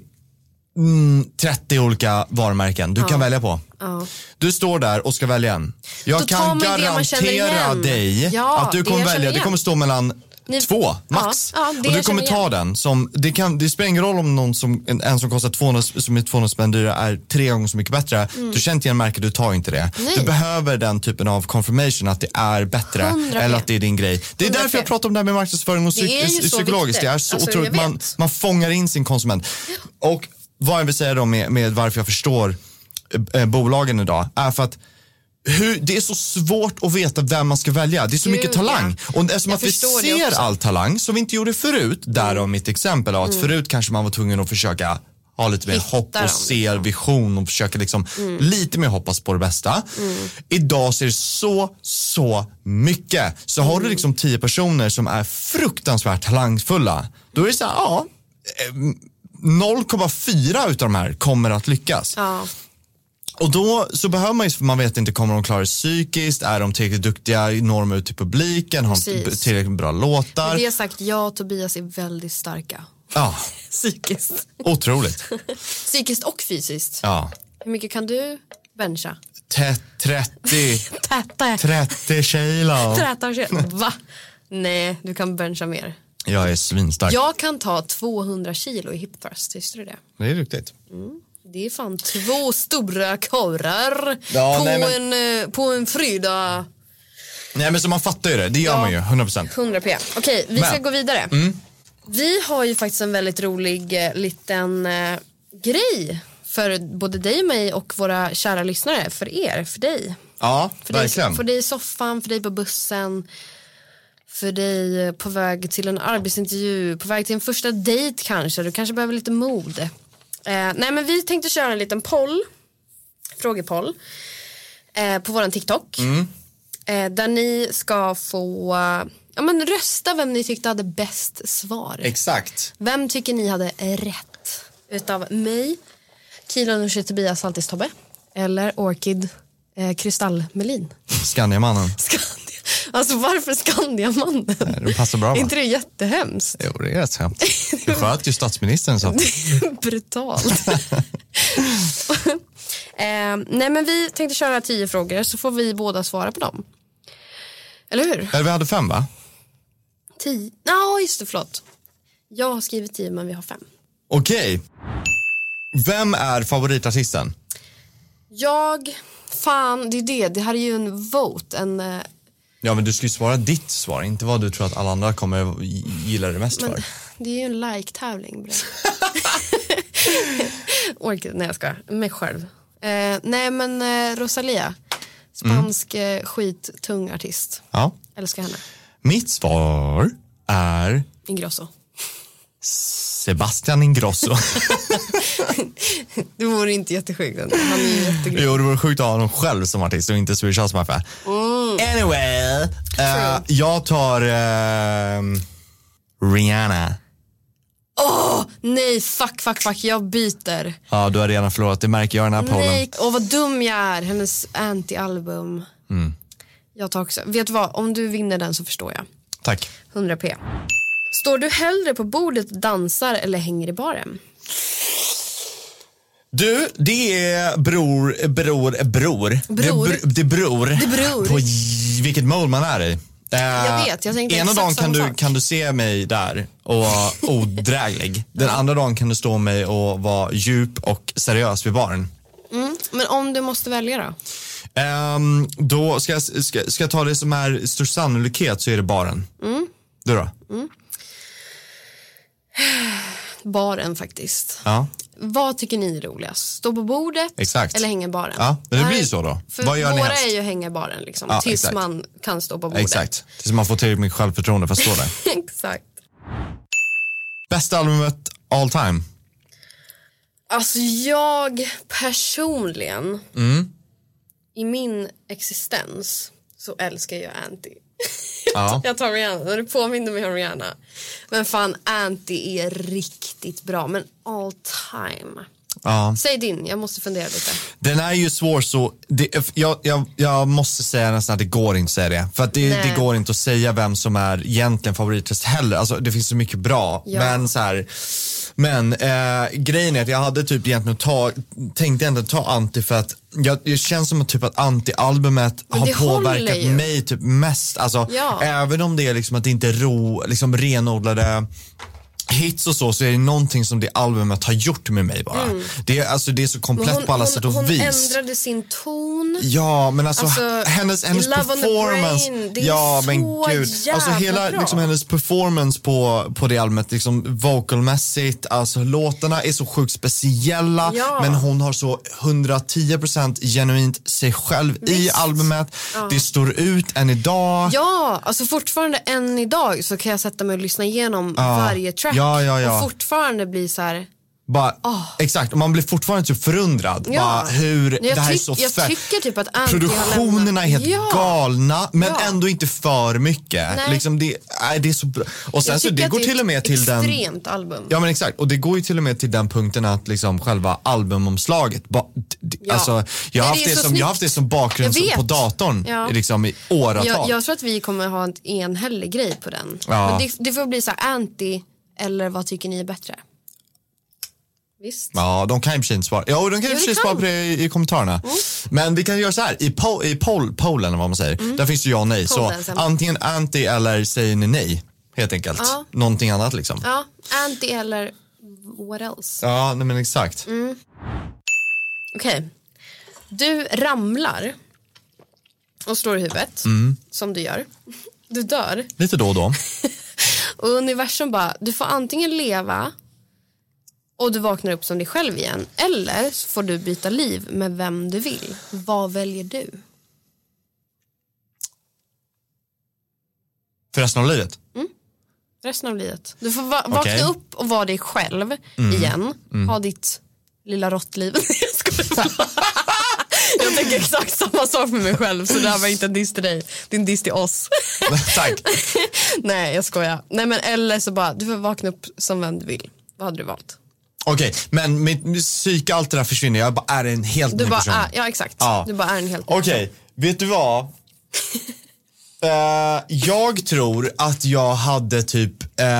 30 olika varumärken du kan välja på. Du står där och ska välja en. Jag kan garantera dig att du kommer välja. Det kommer stå mellan 2 max. Och du kommer ta den som det spelar ingen roll om någon en som kostar 200 spänn dyrare är 3 gånger så mycket bättre. Du känner inte igen märke, du tar inte det. Nej. Du behöver den typen av confirmation att det är bättre 100%. Eller att det är din grej. Det är 100%. Därför jag pratar om det här med marknadsföring och psykologiskt. Det är så otroligt, man fångar in sin konsument. Och vad jag vill säga då med varför jag förstår bolagen idag är för att det är så svårt att veta vem man ska välja. Det är så mycket talang. Och eftersom att vi ser all talang som vi inte gjorde förut, därav mitt exempel av att förut kanske man var tvungen att försöka ha lite mer hopp och se vision och försöka liksom lite mer hoppas på det bästa. Idag ser det så mycket. Så har du liksom 10 personer som är fruktansvärt talangfulla, då är det så här, 0,4 utav de här kommer att lyckas. Och då så behöver man ju, för man vet inte, kommer de klara det psykiskt, är de tillräckligt duktiga, når de ut till publiken, har de tillräckligt bra låtar. Men det har sagt, jag och Tobias är väldigt starka. Psykiskt. Otroligt. Psykiskt och fysiskt. Hur mycket kan du bencha? 30 kilo. 30 kilo, va? Nej, du kan bencha mer. Jag är svinstark. Jag kan ta 200 kilo i hip thrust, visste du det? Det är riktigt. Det är fan 2 stora karrar på en fredag. Nej, men så man fattar ju det. Det gör man ju, 100%. 100p. Okej, vi ska gå vidare. Vi har ju faktiskt en väldigt rolig liten grej för både dig och mig och våra kära lyssnare. För dig. Ja, verkligen. För dig i soffan, för dig på bussen, för dig på väg till en arbetsintervju, på väg till en första dejt kanske. Du kanske behöver lite mod. Nej, men vi tänkte köra en liten frågepoll på våran TikTok. Där ni ska få rösta vem ni tyckte hade bäst svar. Exakt. Vem tycker ni hade rätt? Utav mig, Kilo Tobias Saltis Tobbe, eller Orchid Kristall Melin. Skandiamannen. Alltså varför Skandiamannen? Det passar bra, va? Inte det jättehemskt? Jo, det är rätt hemskt. Det sköt ju statsministern så. Brutalt. Nej, men vi tänkte köra 10 frågor, så får vi båda svara på dem. Eller hur? Eller vi hade 5, va? 10? Just det, förlåt. Jag har skrivit 10, men vi har 5. Okej. Vem är favoritartisten? Det här är ju en vote, Ja, men du ska ju svara ditt svar, inte vad du tror att alla andra kommer gilla det mest för. Det är ju en like-tävling. Nej, jag ska. Mig själv. Nej, men Rosalia. Spansk skittung artist. Ja. Älskar henne. Mitt svar är Ingrosso. Sebastian Ingrosso. Det vore inte jättesjukt. Han är ju jättegrym. Jo, det vore sjukt att ha honom själv som artist och inte Swedish House Mafia. Anyway, jag tar Rihanna. Nej, fuck, jag byter. Ja, du har redan förlorat, det märker jag i den här pollen. Nej, vad dum jag är. Hennes anti-album. Jag tar också. Vet du vad, om du vinner den så förstår jag. Tack. 100p. Står du hellre på bordet, dansar eller hänger i baren? Du, det är bror. Det beror på vilket mode man är i. Jag vet, jag tänkte ena dagen kan du se mig där och odräglig. Den andra dagen kan du stå mig och vara djup och seriös vid baren. Men om du måste välja då? Då ska jag ta det som är störst sannolikhet, så är det baren. Du då? Baren faktiskt. Ja. vad tycker ni är roligast? Stå på bordet Exakt. eller hänga i baren? Ja, men det blir så då. För vad gör ni våra helst? är ju hänga i baren liksom, Ja, tills exakt. man kan stå på bordet. Exakt, tills man får tillräckligt mycket självförtroende för att stå där. Exakt. Bästa albumet all time? Alltså jag personligen i min existens så älskar jag Anti. Ja. Jag tar Rihanna, det påminner mig om Rihanna. Men fan, Anti är riktigt bra. Men all time. Ja. Säg din, jag måste fundera lite. Den är ju svår så jag måste säga nästan att det går inte att säga det. För att det går inte att säga vem som är egentligen favoritröst heller. Alltså det finns så mycket bra. Ja. Men så här, grejen är att jag hade typ egentligen tänkte ändå ta Anti för att det känns som att typ att Anti-albumet har påverkat mig typ mest. Alltså även om det är liksom att det inte är liksom renodlade hits och så är det någonting som det albumet har gjort med mig bara. Det är så komplett på alla sätt och vis. Hon ändrade sin ton. Ja, men alltså hennes performance. Ja, men gud. Alltså hela liksom, hennes performance på det albumet liksom vocalmässigt, alltså låtarna är så sjukt speciella, men hon har så 110% genuint sig själv i albumet. Det står ut än idag. Ja, alltså fortfarande än idag så kan jag sätta mig och lyssna igenom varje track. Ja. Och fortfarande blir så här. Exakt, och man blir fortfarande typ förundrad hur det här är så fett. Jag tycker typ att produktionerna är helt galna, men ändå inte för mycket. Liksom det är så bra. Och sen så det går till och med till den extremt album. Ja men exakt, och det går ju till och med till den punkten att liksom själva albumomslaget alltså jag har haft det som bakgrund på datorn liksom i åratal. Jag tror att vi kommer ha en enhällig grej på den. Men det får bli så här Anti eller vad tycker ni är bättre? Visst. Ja, de kan ju precis svara. Ja, de kan ju precis svara på det i kommentarerna. Men vi kan göra så här, i pollen vad man säger, där finns ju ja och nej. Så antingen Anti eller säger ni nej, helt enkelt. Någonting annat liksom. Ja, Anti eller what else? Ja, nej, men exakt. Okej. Du ramlar och slår i huvudet, som du gör. Du dör. Lite då och då. Och universum bara, du får antingen leva och du vaknar upp som dig själv igen, eller så får du byta liv med vem du vill. Vad väljer du? För resten av livet? Resten av livet. Du får vakna upp och vara dig själv igen. Ha ditt lilla råttliv. Jag tänker exakt samma sak med mig själv, så det här var inte en diss till dig. Det är en diss till oss. Tack. Nej, jag skojar. Nej, men eller så bara, du får vakna upp som vem du vill. Vad hade du valt? Okej, men mitt psyke, allt det där försvinner. Jag bara är en helt ny person. Ja, exakt. Du bara är en helt ny person. Okej, vet du vad? Jag tror att jag hade typ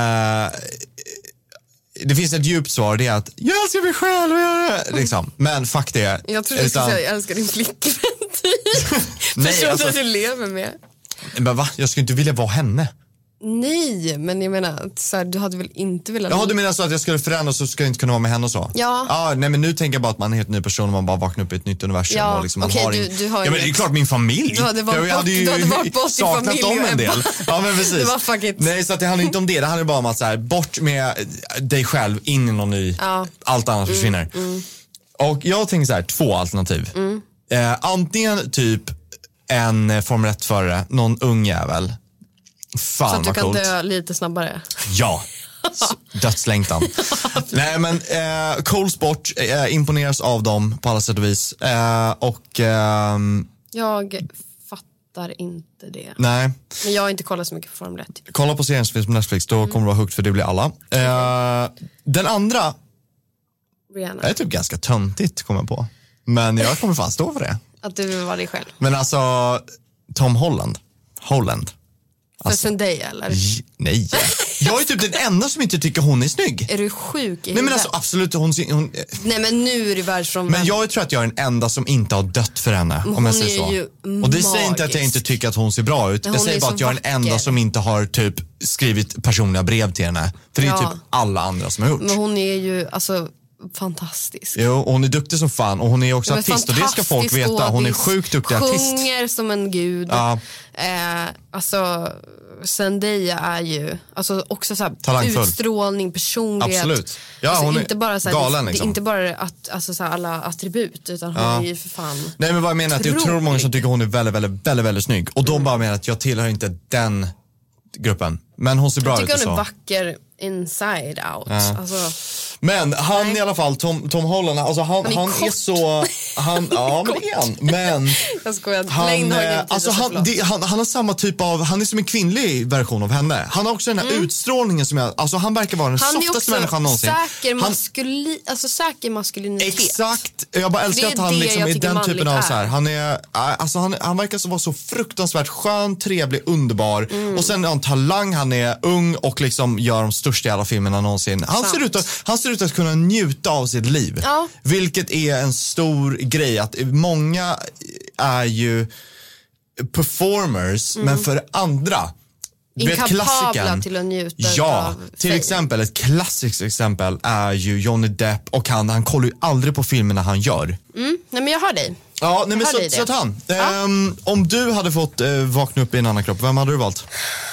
det finns ett djupt svar, det är att jag älskar mig själv liksom. Men fuck det. Jag tror du skulle säga jag älskar din flickvän typ. Nej, alltså, att du lever med. Men va? Jag skulle inte vilja vara henne. Nej, men jag menar så här, du hade väl inte velat. Ja, du menar så att jag skulle förändras så skulle jag inte kunna vara med henne och så? Ja. Nej, men nu tänker jag bara att man är en helt ny person och man bara vaknar upp i ett nytt universum och liksom man har du har ja, men det är klart min familj. Du hade varit bort i familj dem en del. Ja, men precis. Det var fuck it. Nej, så att det handlar inte om det. Det handlar bara om att så här, bort med dig själv, in i någon ny. Allt annat försvinner. Och jag tänker så här, 2 alternativ. Antingen typ en Formel 1-förare, någon ung jävel. Fan, så att du kan coolt. dö lite snabbare. Ja, dödslängtan. Nej, men cool sport, imponeras av dem på alla sätt och vis. Jag fattar inte det. Nej. Men jag har inte kollat så mycket på Formel 1. Kolla på serien som finns på Netflix, då kommer du vara hooked för det blir alla. Den andra Rihanna. är typ ganska töntigt, kommer jag på. Men jag kommer fan stå för det. Att du vill vara dig själv. Men alltså, Tom Holland. För Zendaya eller? Nej. Jag är typ den enda som inte tycker hon är snygg. Är du sjuk i Nej, men alltså absolut hon Nej, men nu är det världsfrån. Men jag tror att jag är den enda som inte har dött för henne, om jag säger så. Och det säger inte att jag inte tycker att hon ser bra ut. Jag säger bara att jag är den enda som inte har typ skrivit personliga brev till henne. För det är typ alla andra som har gjort. Men hon är ju, alltså fantastisk. Jo, och hon är duktig som fan. Och hon är också artist. Och det ska folk veta. Hon är sjukt duktig artist. Sjunger som en gud. Ja. Alltså Zendaya är ju också så här talangfull. Utstrålning, personlighet. Absolut. Ja, hon är inte bara så här, galen det liksom. är inte bara så här, alla attribut, utan hon är ju för fan. Nej, men vad jag menar är att det är otroligt många som tycker hon är väldigt, väldigt, väldigt, väldigt snygg. Och de bara menar att jag tillhör inte den gruppen. Men hon ser bra ut och så. Jag tycker hon är vacker inside out. Alltså. Men han i alla fall, Tom Holland, alltså han är så... Han är han. Men jag skojar, han har samma typ av... Han är som en kvinnlig version av henne. Han har också den här utstrålningen som han verkar vara den softaste människan någonsin. Säker maskulinitet. Exakt. Jag bara älskar att han liksom är den typen av så här. Han verkar vara så fruktansvärt skön, trevlig, underbar. Och sen är han talang, han är ung och liksom gör de största jävla filmerna någonsin. Han ser ut att kunna njuta av sitt liv. Ja. Vilket är en stor grej. Att många är ju performers, men för andra inkapabla till att njuta av till exempel ett klassiskt exempel är ju Johnny Depp. Och han kollar ju aldrig på filmerna han gör. Nej, men jag hör dig. Ja, nej, men så att han om du hade fått vakna upp i en annan kropp, vem hade du valt?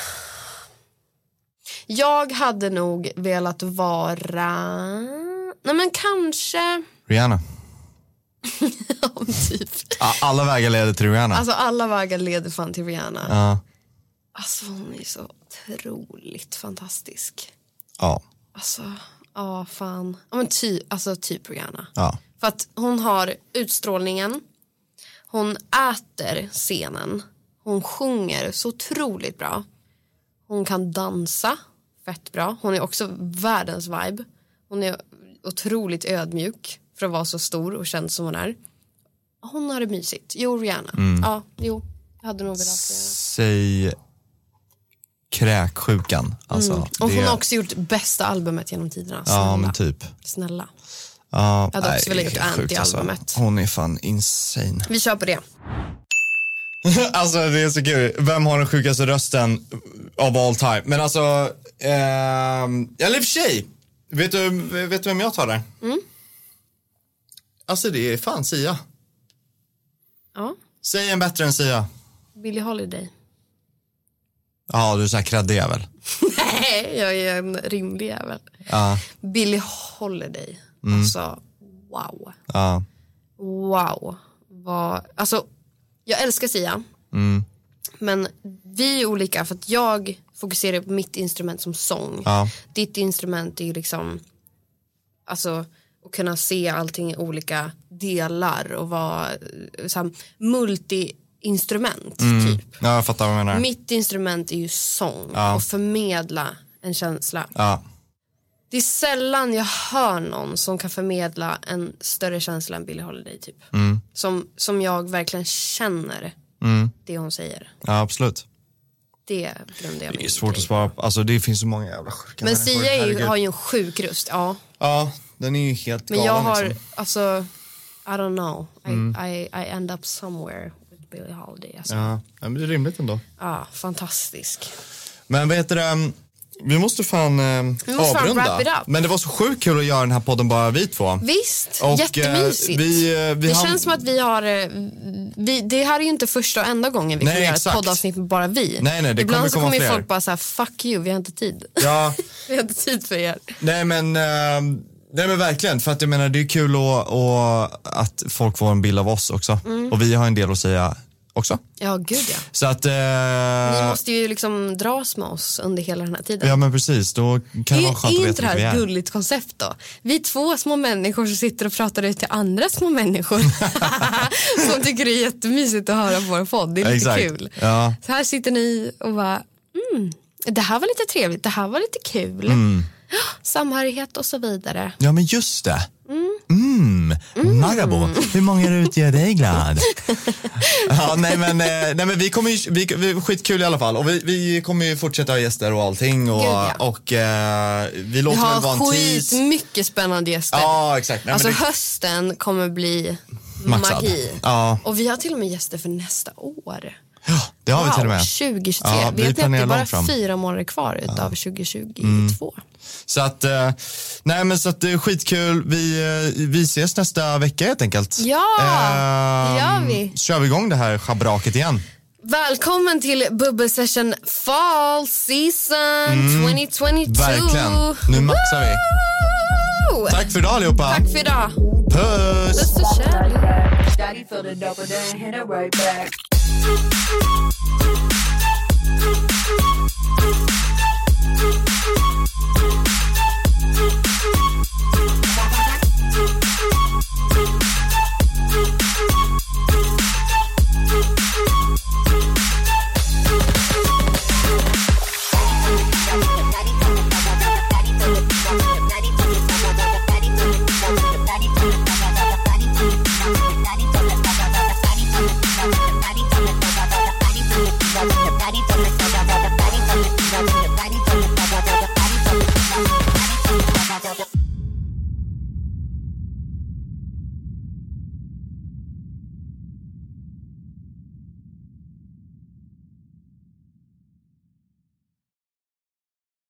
Jag hade nog velat vara... Nej, men kanske... Rihanna. Typ. Alla vägar leder till Rihanna. Alltså alla vägar leder fan till Rihanna. Ja. Alltså hon är så otroligt fantastisk. Ja. Alltså, fan. Ja, men typ Rihanna. Ja. För att hon har utstrålningen. Hon äter scenen. Hon sjunger så otroligt bra. Hon kan dansa fett bra. Hon är också världens vibe. Hon är otroligt ödmjuk för att vara så stor och känd som hon är. Hon har det mysigt. Jo, Rihanna. Ja, jag hade nog velat säga. Säg kräksjukan. Alltså, och hon har också gjort bästa albumet genom tiderna. Snälla. Ja, men typ. Snälla. Ja, jag hade också velat gjort Anti-albumet. Alltså. Hon är fan insane. Vi kör på det. Alltså det är så kul. Vem har den sjukaste rösten of all time? Men alltså, eller i och för sig. Vet du vem jag tar där? Alltså det är fan Sia. Ja. Säg en bättre än Sia. Billie Holiday. Ja, du är så här kreddig jävel. Nej, jag är en rimlig jävel. Ja. Billie Holiday. Alltså, wow. Ja. Wow. Alltså, jag älskar Sia. Men vi är olika för att jag fokuserar på mitt instrument som sång. Ja. Ditt instrument är ju liksom, alltså, att kunna se allting i olika delar och vara så här, multi-instrument typ. Ja, jag fattar vad du menar. Mitt instrument är ju sång och förmedla en känsla. Ja. Det är sällan jag hör någon som kan förmedla en större känsla än Billie Holiday typ. Som jag verkligen känner det hon säger. Ja, absolut. Det glömde jag. Det är svårt att svara på. Alltså det finns så många jävla sjuka men Sia har ju en sjuk röst, ja. Ja, den är ju helt galen. Men jag har, liksom. alltså, I don't know. I end up somewhere with Billie Holiday. Alltså. Ja, men det är rimligt ändå. Ja, fantastisk. Men vad heter det? Vi måste fan avrunda. Wrap it up. Men det var så sjukt kul att göra den här podden bara vi två. Visst, och, jättemysigt. Det känns som att vi har... det här är ju inte första och enda gången vi kan göra ett poddavsnitt med bara vi. Nej, det ibland kommer ju folk bara så här, fuck you, vi har inte tid. Ja. Vi har inte tid för er. Nej, men verkligen. För att jag menar, det är kul och att folk får en bild av oss också. Och vi har en del att säga också. Ja, gud ja. Så att... Ni måste ju liksom dras med oss under hela den här tiden. Ja, men precis. Då kan det vara skönt att veta inte det här ett gulligt koncept då? Vi är två små människor som sitter och pratar ut till andra små människor. Som tycker det är jättemysigt att höra på vår podd. Det är lite kul. Ja. Så här sitter ni och bara, det här var lite trevligt, det här var lite kul. Samhörighet och så vidare. Ja, men just det. Marabou, hur många rutor gör dig glad? Ja, nej men vi kommer vi skitkul i alla fall. Och vi kommer ju fortsätta ha gäster och allting. Och vi låter väl vara en tis. Mycket spännande gäster. Ja, exakt. Nej, alltså hösten kommer bli maxad. Magi. Ja. Och vi har till och med gäster för nästa år. Ja, det har vi till och med. 2023. Ja, vet ni att det är bara fram. 4 månader kvar utav 2022. Så att, nej men så att det är skitkul. Vi ses nästa vecka helt enkelt. Ja, det gör vi. Kör vi igång det här schabraket igen. Välkommen till Bubbelsession Fall Season 2022. Verkligen, nu maxar vi. Tack för idag allihopa. Tack för idag. Puss. Puss och kärlek. Daddy filled it up and then hit it right back.